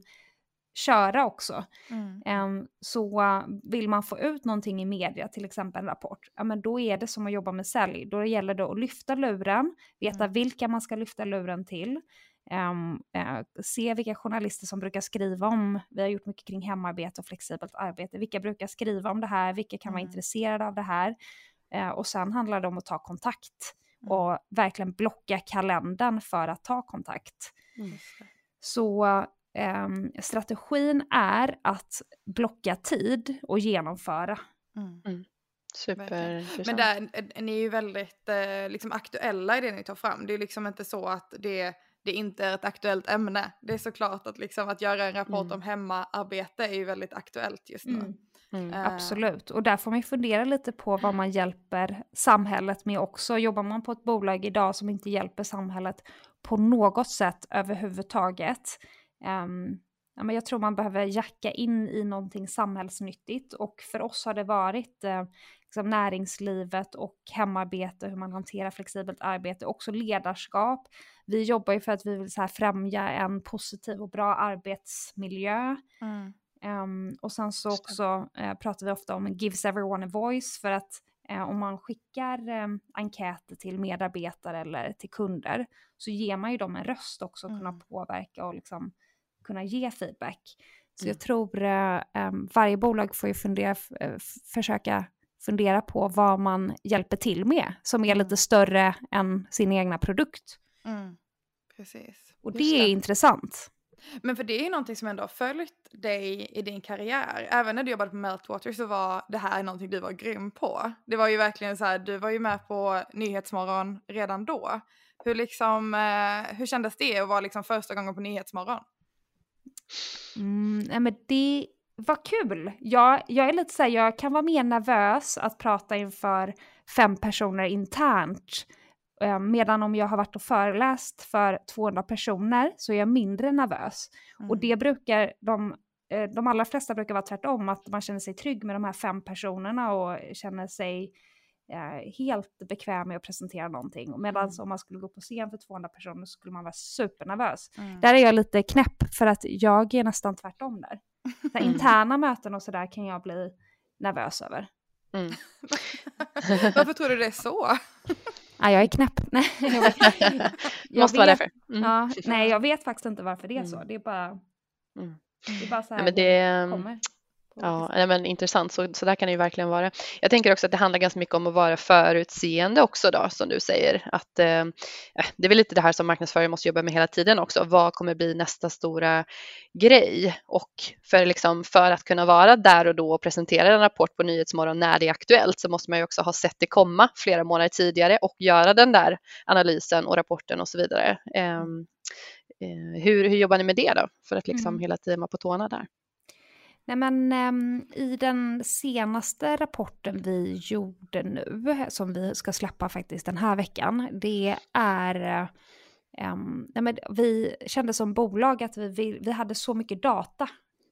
S3: köra också. Mm. Um, så vill man få ut någonting i media, till exempel en rapport, ja, men då är det som att jobba med sälj. Då gäller det att lyfta luren, veta mm. vilka man ska lyfta luren till. Um, uh, se vilka journalister som brukar skriva om, vi har gjort mycket kring hemarbete och flexibelt arbete. Vilka brukar skriva om det här, vilka kan mm. vara intresserade av det här. Uh, och sen handlar det om att ta kontakt mm. och verkligen blocka kalendern för att ta kontakt. Mm. Så um, strategin är att blocka tid och genomföra.
S4: Mm. Super.
S1: Men där, ni är ju väldigt eh, liksom aktuella i det ni tar fram. Det är liksom inte så att det, det inte är ett aktuellt ämne. Det är såklart att, liksom, att göra en rapport mm. om hemmaarbete är ju väldigt aktuellt just nu.
S3: Mm.
S4: Mm.
S3: Uh. Absolut. Och där får man fundera lite på vad man hjälper samhället med också. Jobbar man på ett bolag idag som inte hjälper samhället på något sätt överhuvudtaget. Um, ja, men jag tror man behöver jacka in i någonting samhällsnyttigt. Och för oss har det varit eh, liksom näringslivet och hemarbete, hur man hanterar flexibelt arbete, också ledarskap. Vi jobbar ju för att vi vill så här främja en positiv och bra arbetsmiljö.
S1: Mm.
S3: Um, och sen så också uh, pratar vi ofta om gives everyone a voice, för att uh, om man skickar um, enkäter till medarbetare eller till kunder så ger man ju dem en röst också, mm. kunna påverka och liksom kunna ge feedback. Så mm. jag tror uh, um, varje bolag får ju fundera, uh, försöka fundera på vad man hjälper till med som är lite större än sin egna produkt.
S1: Mm. Precis.
S3: Och det är intressant.
S1: Men för det är ju någonting som ändå har följt dig i din karriär. Även när du jobbade på Meltwater så var det här någonting du var grym på. Det var ju verkligen så här, du var ju med på Nyhetsmorgon redan då. Hur, liksom, eh, hur kändes det att vara liksom första gången på Nyhetsmorgon?
S3: Mm, nej men det var kul. Jag, jag är lite så här, jag kan vara mer nervös att prata inför fem personer internt. Medan om jag har varit och föreläst för tvåhundra personer så är jag mindre nervös. Mm. Och det brukar, de, de allra flesta brukar vara tvärtom, att man känner sig trygg med de här fem personerna och känner sig eh, helt bekväm med att presentera någonting. Medan mm. om man skulle gå på scen för tvåhundra personer så skulle man vara supernervös. Mm. Där är jag lite knäpp för att jag är nästan tvärtom där. Så här, interna möten och sådär kan jag bli nervös över.
S4: Mm.
S1: Varför tror du det är så?
S3: Ja, jag är knäpp. Nej, jag vet, jag
S4: måste vara därför.
S3: Mm. Ja, nej, jag vet faktiskt inte varför det är så. Det är bara,
S4: mm.
S3: det är bara så här
S4: ja, men det,
S3: det kommer.
S4: Ja, nej, men intressant. Så, så där kan det ju verkligen vara. Jag tänker också att det handlar ganska mycket om att vara förutseende också då, som du säger. Att, eh, det är väl lite det här som marknadsförare måste jobba med hela tiden också. Vad kommer bli nästa stora grej? Och för, liksom, för att kunna vara där och då och presentera en rapport på Nyhetsmorgon när det är aktuellt så måste man ju också ha sett det komma flera månader tidigare och göra den där analysen och rapporten och så vidare. Eh, eh, hur, hur jobbar ni med det då? För att liksom mm. hela tiden vara på tårna där.
S3: Nej, men um, i den senaste rapporten vi gjorde nu, som vi ska släppa faktiskt den här veckan, det är, um, nej, men vi kände som bolag att vi, vi, vi hade så mycket data.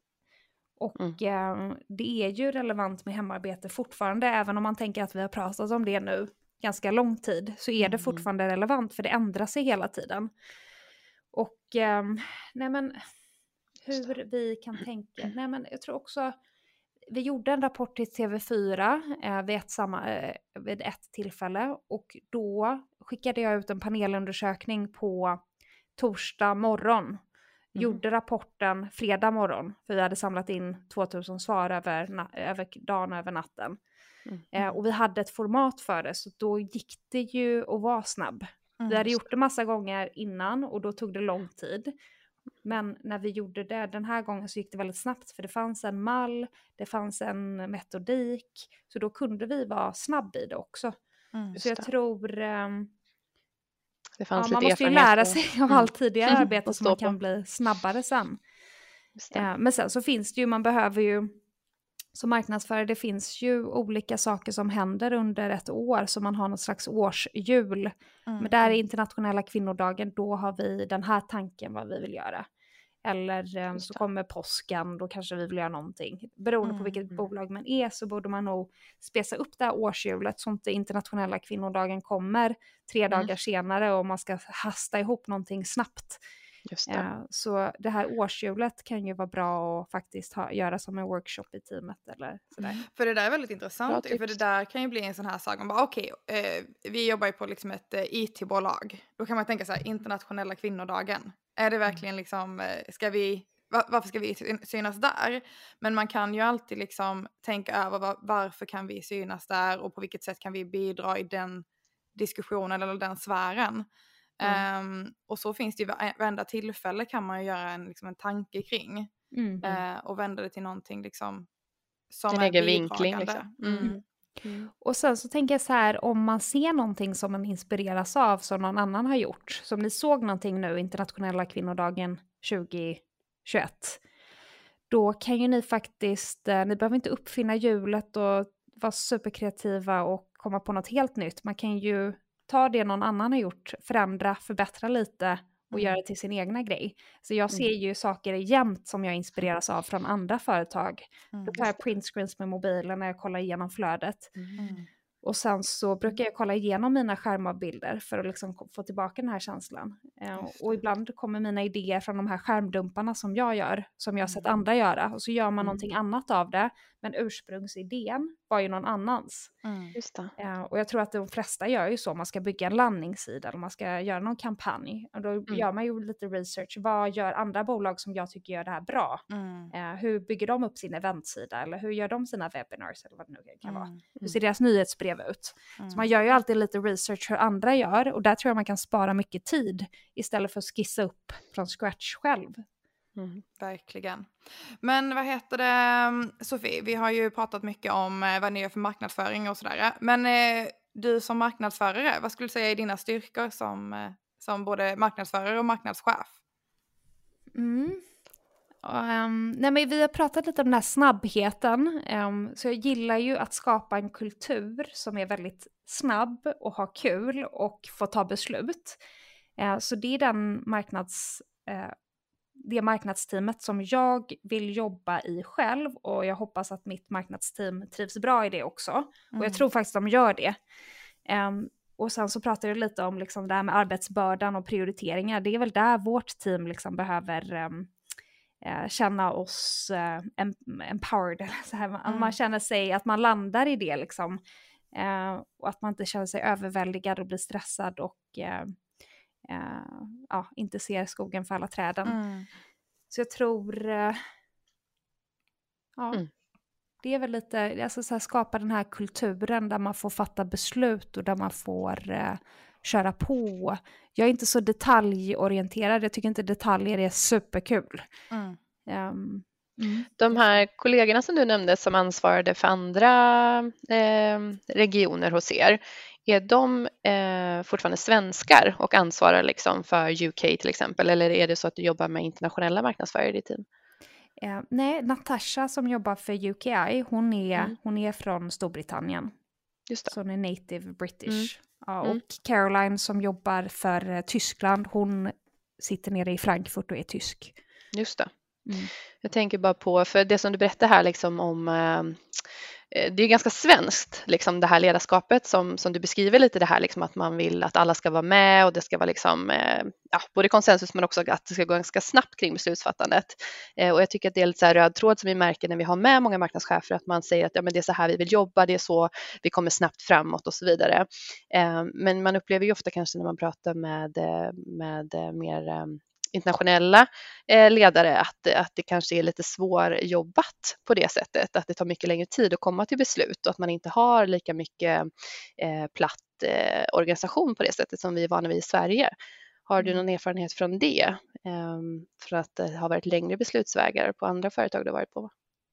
S3: Och mm. um, det är ju relevant med hemarbete fortfarande, även om man tänker att vi har pratat om det nu ganska lång tid, så är det fortfarande mm. relevant, för det ändrar sig hela tiden. Och um, nej men... hur vi kan tänka. Nej, men jag tror också, vi gjorde en rapport till T V fyra eh, vid, ett samma, eh, vid ett tillfälle. Och då skickade jag ut en panelundersökning på torsdag morgon. Mm. Gjorde rapporten fredag morgon. För vi hade samlat in tvåtusen svar över, na- över dagen över natten. Mm. Eh, och vi hade ett format för det. Så då gick det ju att vara snabb. Mm. Vi hade gjort det massa gånger innan och då tog det lång tid. Men när vi gjorde det den här gången så gick det väldigt snabbt, för det fanns en mall, det fanns en metodik, så då kunde vi vara snabb i det också. Mm, så jag det. tror um,
S4: det fanns
S3: ja, man måste ju lära sig av allt tidigare arbete så man kan bli snabbare sen. Uh, men sen så finns det ju, man behöver ju som marknadsförare, det finns ju olika saker som händer under ett år, så man har något slags årshjul. Mm. Men där är internationella kvinnodagen, då har vi den här tanken vad vi vill göra. Eller um, så kommer påsken, då kanske vi vill göra någonting. Beroende mm. på vilket mm. bolag man är så borde man nog spesa upp det här årshjulet så inte internationella kvinnodagen kommer tre mm. dagar senare och man ska hasta ihop någonting snabbt. Just det. Uh, så det här årshjulet kan ju vara bra att faktiskt ha, göra som en workshop i teamet eller sådär.
S1: För det där är väldigt intressant, för det där kan ju bli en sån här sak. Okej, okay, eh, vi jobbar ju på liksom ett eh, I T-bolag. Då kan man tänka så här, internationella kvinnodagen. Är det verkligen liksom, eh, ska vi, var, varför ska vi synas där? Men man kan ju alltid liksom tänka över var, varför kan vi synas där och på vilket sätt kan vi bidra i den diskussionen eller den sfären. Mm. Um, och så finns det ju varenda tillfälle kan man ju göra en, liksom en tanke kring mm. uh, och vända det till någonting liksom som
S4: en
S1: är
S4: egen vinkling liksom.
S1: mm. Mm.
S3: Mm. Och sen så tänker jag så här, om man ser någonting som man inspireras av som någon annan har gjort. Som ni såg någonting nu, internationella kvinnodagen tjugohundratjugoett. Då kan ju ni faktiskt, eh, ni behöver inte uppfinna hjulet och vara superkreativa och komma på något helt nytt. Man kan ju ta det någon annan har gjort, förändra, förbättra lite och
S1: Mm.
S3: göra det till sin egna grej. Så jag ser
S4: Mm.
S3: ju saker jämt som jag inspireras av från andra företag.
S1: Mm.
S3: Då tar jag printscreens med mobilen när jag kollar igenom flödet.
S1: Mm.
S3: Och sen så brukar jag kolla igenom mina skärmavbilder för att liksom få tillbaka den här känslan. Eh,
S1: Just det.
S3: och ibland kommer mina idéer från de här skärmdumparna som jag gör, som jag har sett andra göra. Och så gör man
S4: Mm.
S3: någonting annat av det, men ursprungsidén var ju någon annans.
S1: Mm.
S4: Just det.
S3: Eh, och jag tror att de flesta gör ju så, man ska bygga en landningssida eller man ska göra någon kampanj. Och då
S4: Mm.
S3: gör man ju lite research, vad gör andra bolag som jag tycker gör det här bra?
S1: Mm.
S3: Eh, hur bygger de upp sin eventsida eller hur gör de sina webinars eller vad det nu kan vara?
S1: Mm.
S3: Hur ser deras nyhetsbrev ut?
S1: Mm.
S3: Så man gör ju alltid lite research hur andra gör och där tror jag man kan spara mycket tid istället för att skissa upp från scratch själv.
S4: Mm.
S1: Verkligen. Men vad heter det, Sofie, vi har ju pratat mycket om eh, vad ni gör för marknadsföring och sådär. Men eh, du som marknadsförare, vad skulle du säga är dina styrkor som, eh, som både marknadsförare och marknadschef?
S3: Mm. Um, nej men vi har pratat lite om den här snabbheten, um, så jag gillar ju att skapa en kultur som är väldigt snabb och ha kul och få ta beslut. Uh, så det är den marknads, uh, det marknadsteamet som jag vill jobba i själv och jag hoppas att mitt marknadsteam trivs bra i det också.
S1: Mm.
S3: Och jag tror faktiskt de gör det. Um, och sen så pratar jag lite om liksom det här med arbetsbördan och prioriteringar. Det är väl där vårt team liksom behöver um, uh, känna oss uh, empowered. Eller så här. Mm. Man känner sig att man landar i det liksom. Uh, och att man inte känner sig överväldigad och blir stressad och uh, uh, ja, inte ser skogen för alla träden.
S1: Mm.
S3: Så jag tror uh, ja,
S4: Mm.
S3: det är väl lite, alltså så här, skapa den här kulturen där man får fatta beslut och där man får uh, köra på. Jag är inte så detaljorienterad, jag tycker inte detaljer är superkul.
S1: Mm.
S3: Um, mm.
S4: De här kollegorna som du nämnde som ansvarade för andra eh, regioner hos er, är de eh, fortfarande svenskar och ansvarar liksom för U K till exempel, eller är det så att du jobbar med internationella marknadsförare i ditt team?
S3: Uh, nej, Natasha som jobbar för U K I, hon är,
S4: Mm.
S3: hon är från Storbritannien.
S4: Just det.
S3: Så hon är native British.
S4: Mm.
S3: Ja, och
S4: Mm.
S3: Caroline som jobbar för uh, Tyskland, hon sitter nere i Frankfurt och är tysk.
S4: Just det.
S3: Mm.
S4: Jag tänker bara på, för det som du berättar här liksom om, eh, det är ganska svenskt, liksom det här ledarskapet som, som du beskriver lite det här, liksom att man vill att alla ska vara med och det ska vara liksom, eh, ja, både konsensus men också att det ska gå ganska snabbt kring beslutsfattandet. Eh, och jag tycker att det är lite så här röd tråd som vi märker när vi har med många marknadschefer, att man säger att ja, men det är så här vi vill jobba, det är så vi kommer snabbt framåt och så vidare. Eh, men man upplever ju ofta kanske när man pratar med, med mer eh, internationella eh, ledare att, att det kanske är lite svårjobbat på det sättet, att det tar mycket längre tid att komma till beslut och att man inte har lika mycket eh, platt eh, organisation på det sättet som vi är vana vid i Sverige. Har du någon erfarenhet från det? Eh, för att det har varit längre beslutsvägar på andra företag du har varit på?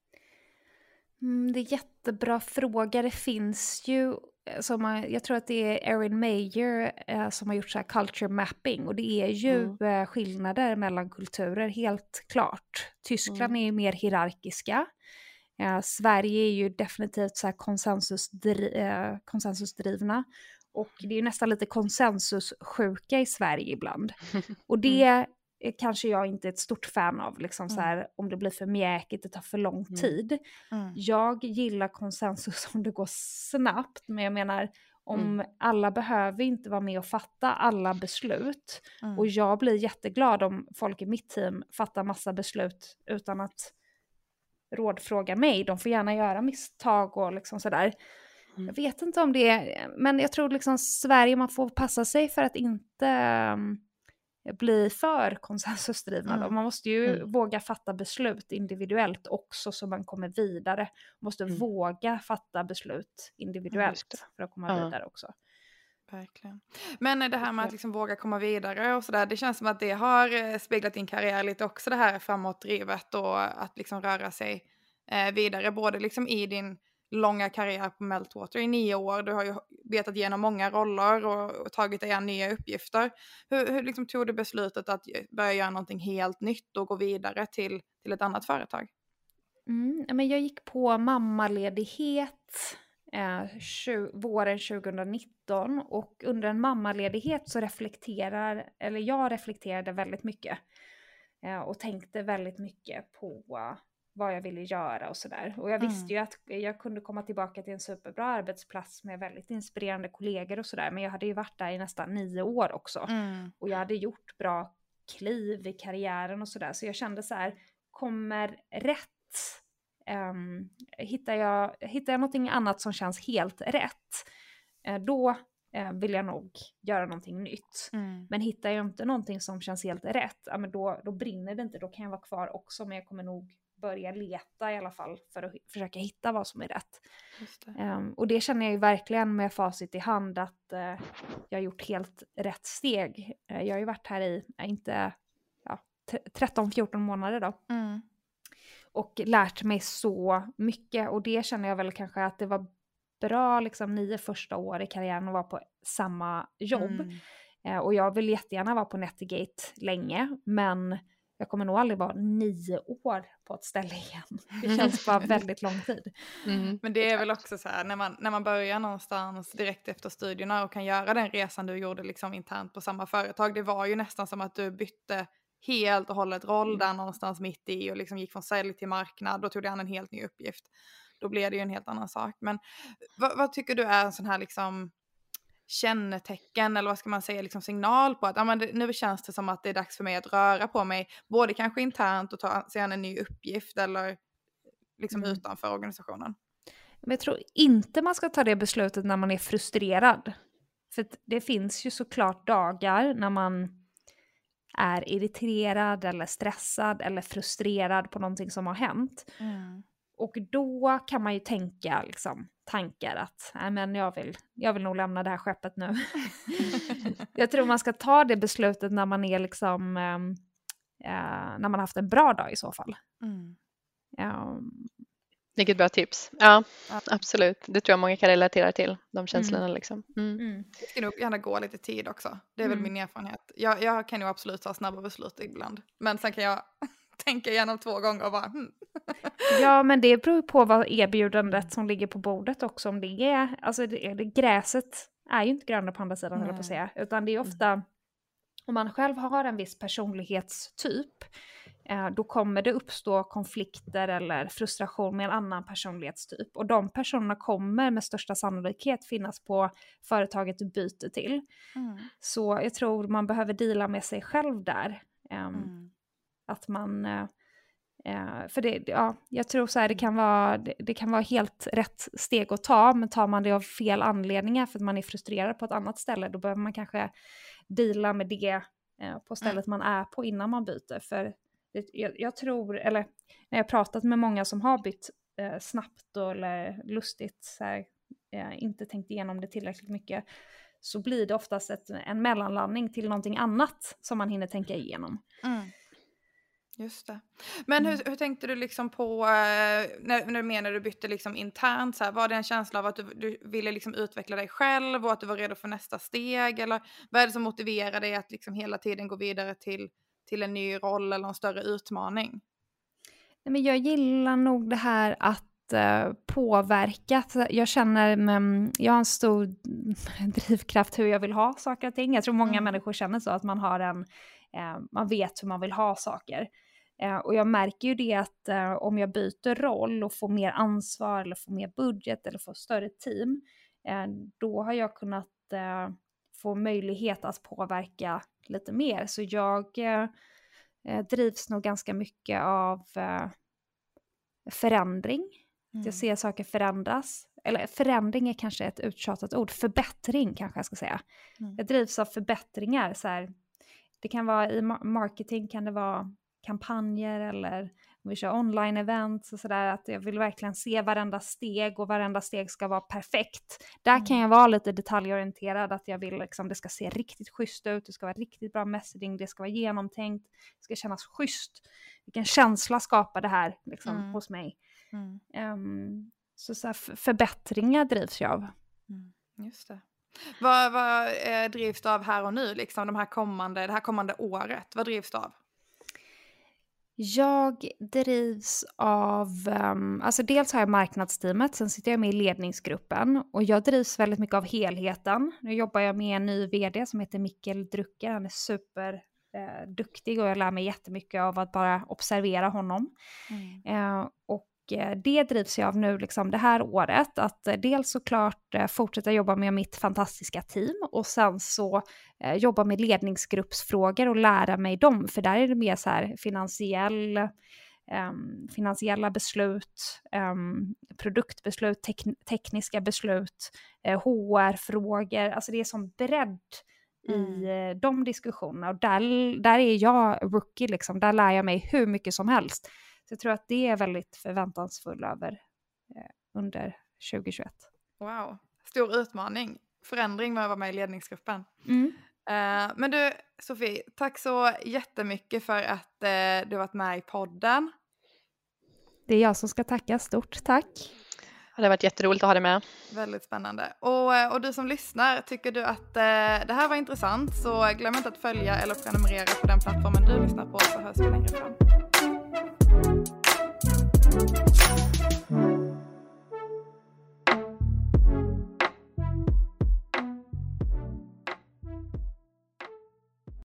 S3: Mm, det är jättebra fråga. Det finns ju, som, jag tror att det är Erin Meyer eh, som har gjort så här culture mapping. Och det är ju
S4: Mm.
S3: eh, skillnader mellan kulturer, helt klart. Tyskland
S4: Mm.
S3: är ju mer hierarkiska. Eh, Sverige är ju definitivt så här konsensusdri- eh, konsensusdrivna. Och det är ju nästan lite konsensussjuka i Sverige ibland. Och det är kanske jag inte är ett stort fan av, liksom så här, om det blir för mjäkigt, det tar för lång
S4: Mm.
S3: tid.
S1: Mm.
S3: Jag gillar konsensus om det går snabbt, men jag menar om
S4: Mm.
S3: alla behöver inte vara med och fatta alla beslut.
S1: Mm.
S3: Och jag blir jätteglad om folk i mitt team fattar massa beslut utan att rådfråga mig. De får gärna göra misstag och liksom sådär.
S4: Mm.
S3: Jag vet inte om det är, men jag tror liksom Sverige, man får passa sig för att inte um, bli för konsensusdrivna.
S1: Mm.
S3: Man måste ju
S4: Mm.
S3: våga fatta beslut individuellt också så man kommer vidare. Man måste
S4: Mm.
S3: våga fatta beslut individuellt
S4: Just det.
S3: för att komma
S4: Ja.
S3: vidare också.
S1: Verkligen. Men det här med att liksom våga komma vidare och sådär, det känns som att det har eh, speglat din karriär lite också, det här framåtdrivet och att liksom röra sig eh, vidare, både liksom i din långa karriär på Meltwater i nio år. Du har ju vetat igenom många roller och, och tagit dig an nya uppgifter. Hur, hur liksom tog du beslutet att börja göra någonting helt nytt och gå vidare till, till ett annat företag?
S3: Mm, men jag gick på mammaledighet eh, tjugo, våren tjugonitton, och under en mammaledighet så reflekterar, eller jag reflekterade väldigt mycket eh, och tänkte väldigt mycket på uh, vad jag ville göra och sådär. Och jag
S1: Mm.
S3: visste ju att jag kunde komma tillbaka till en superbra arbetsplats med väldigt inspirerande kollegor och sådär, men jag hade ju varit där i nästan nio år också.
S1: Mm.
S3: Och jag hade gjort bra kliv i karriären och sådär, så jag kände så här, kommer rätt Um, hittar, jag, hittar jag någonting annat som känns helt rätt, uh, då uh, vill jag nog göra någonting nytt.
S1: Mm.
S3: Men hittar jag inte någonting som känns helt rätt, ja, men då, då brinner det inte, då kan jag vara kvar också, men jag kommer nog börja leta i alla fall för att försöka hitta vad som är rätt.
S1: Just det.
S3: Um, och det känner jag ju verkligen med facit i hand att uh, jag har gjort helt rätt steg. Uh, jag har ju varit här i, uh, inte ja, tretton fjorton månader då.
S1: Mm.
S3: Och lärt mig så mycket. Och det känner jag väl kanske att det var bra liksom nio första år i karriären att vara på samma jobb.
S1: Mm.
S3: Eh, och jag vill jättegärna vara på Netigate länge. Men jag kommer nog aldrig vara nio år på ett ställe igen. Det känns bara väldigt lång tid.
S1: Mm. Men det är väl också så här, när man, när man börjar någonstans direkt efter studierna och kan göra den resan du gjorde liksom internt på samma företag. Det var ju nästan som att du bytte helt och hållet roll där någonstans mitt i och liksom gick från sälj till marknad. Då tog det an en helt ny uppgift. Då blev det ju en helt annan sak. Men vad, vad tycker du är en sån här liksom kännetecken, eller vad ska man säga, liksom signal på att ja, men det, nu känns det som att det är dags för mig att röra på mig, både kanske internt och ta sig an en ny uppgift eller liksom
S3: Mm.
S1: utanför organisationen?
S3: Men jag tror inte man ska ta det beslutet när man är frustrerad. För det finns ju såklart dagar när man är irriterad eller stressad eller frustrerad på någonting som har hänt.
S1: Mm.
S3: Och då kan man ju tänka liksom, tankar att nej, men jag, vill, jag vill nog lämna det här skeppet nu. Jag tror man ska ta det beslutet när man är liksom, äh, äh, när man har haft en bra dag i så fall.
S1: Mm.
S3: Um,
S4: Vilket bra tips. Ja,
S1: Ja.
S4: absolut. Det tror jag många kan relatera till, de känslorna.
S3: Mm.
S4: Liksom. Mm.
S3: mm.
S1: Det ska nog gärna gå lite tid också. Det är väl
S3: Mm.
S1: min erfarenhet. Jag, jag kan ju absolut ta snabba beslut ibland. Men sen kan jag tänka igenom två gånger och bara hmm.
S3: Ja, men det beror på vad erbjudandet som ligger på bordet också. Om det är, alltså det, det, gräset är ju inte grönare på andra sidan, höll jag på att säga. Utan det är ofta, om man själv har en viss personlighetstyp, eh, då kommer det uppstå konflikter eller frustration med en annan personlighetstyp. Och de personerna kommer med största sannolikhet finnas på företaget du byter till.
S1: Mm.
S3: Så jag tror man behöver deala med sig själv där. Um,
S1: Mm.
S3: Att man... Uh, uh, för det, ja, jag tror så här, det kan, vara, det, det kan vara helt rätt steg att ta, men tar man det av fel anledningar för att man är frustrerad på ett annat ställe, då behöver man kanske deala med det uh, på stället mm. man är på innan man byter. För det, jag, jag tror, eller när jag pratat med många som har bytt uh, snabbt och, eller lustigt, så här, uh, inte tänkt igenom det tillräckligt mycket, så blir det oftast ett, en mellanlandning till någonting annat som man hinner tänka igenom.
S1: Mm. Just det. Men hur, hur tänkte du liksom på, eh, när, när du menar du bytte liksom internt, så här, var det en känsla av att du, du ville liksom utveckla dig själv och att du var redo för nästa steg, eller vad är det som motiverar dig att liksom hela tiden gå vidare till, till en ny roll eller en större utmaning?
S3: Nej, men jag gillar nog det här att påverka. Jag känner, jag har en stor drivkraft hur jag vill ha saker och ting. Jag tror många mm. människor känner så, att man har en, eh, man vet hur man vill ha saker. Eh, och jag märker ju det att eh, om jag byter roll och får mer ansvar eller får mer budget eller får större team, eh, då har jag kunnat eh, få möjlighet att påverka lite mer. Så jag eh, drivs nog ganska mycket av eh, förändring. Mm. Jag ser saker förändras. Eller förändring är kanske ett uttjatat ord. Förbättring kanske jag ska säga. Mm. Jag drivs av förbättringar. Så här, det kan vara i marketing, kan det vara kampanjer eller om vi kör online-events och sådär. Att jag vill verkligen se varenda steg och varenda steg ska vara perfekt. Där mm. kan jag vara lite detaljorienterad. Att jag vill liksom, det ska se riktigt schysst ut. Det ska vara riktigt bra messaging. Det ska vara genomtänkt. Det ska kännas schysst. Vilken känsla skapar det här liksom, mm. hos mig. Mm. Um, Så, så här, förbättringar drivs jag av.
S1: Mm, just det. Vad, vad eh, drivs du av här och nu, liksom de här kommande, det här kommande året? Vad drivs du av?
S3: Jag drivs av, um, alltså dels har jag marknadsteamet, sen sitter jag med i ledningsgruppen och jag drivs väldigt mycket av helheten. Nu jobbar jag med en ny vd som heter Mikkel Drucker, han är super eh, duktig och jag lär mig jättemycket av att bara observera honom. Mm. Eh, och det drivs jag av nu liksom det här året, att dels såklart fortsätta jobba med mitt fantastiska team och sen så eh, jobba med ledningsgruppsfrågor och lära mig dem, för där är det mer så här finansiell, eh, finansiella beslut, eh, produktbeslut, tek- tekniska beslut, eh, H R-frågor, alltså det är som bredd i eh, de diskussionerna och där, där är jag rookie liksom, där lär jag mig hur mycket som helst. Så jag tror att det är väldigt förväntansfull över eh, under tjugohundratjugoett.
S1: Wow, stor utmaning. Förändring med att vara med i ledningsgruppen.
S3: Mm.
S1: Uh, men du, Sofie, tack så jättemycket för att uh, du har varit med i podden.
S3: Det är jag som ska tacka, stort tack.
S4: Det har varit jätteroligt att ha dig med.
S1: Väldigt spännande. Och, och du som lyssnar, tycker du att uh, det här var intressant, så glöm inte att följa eller prenumerera på den plattformen du lyssnar på, så hörs vi längre fram.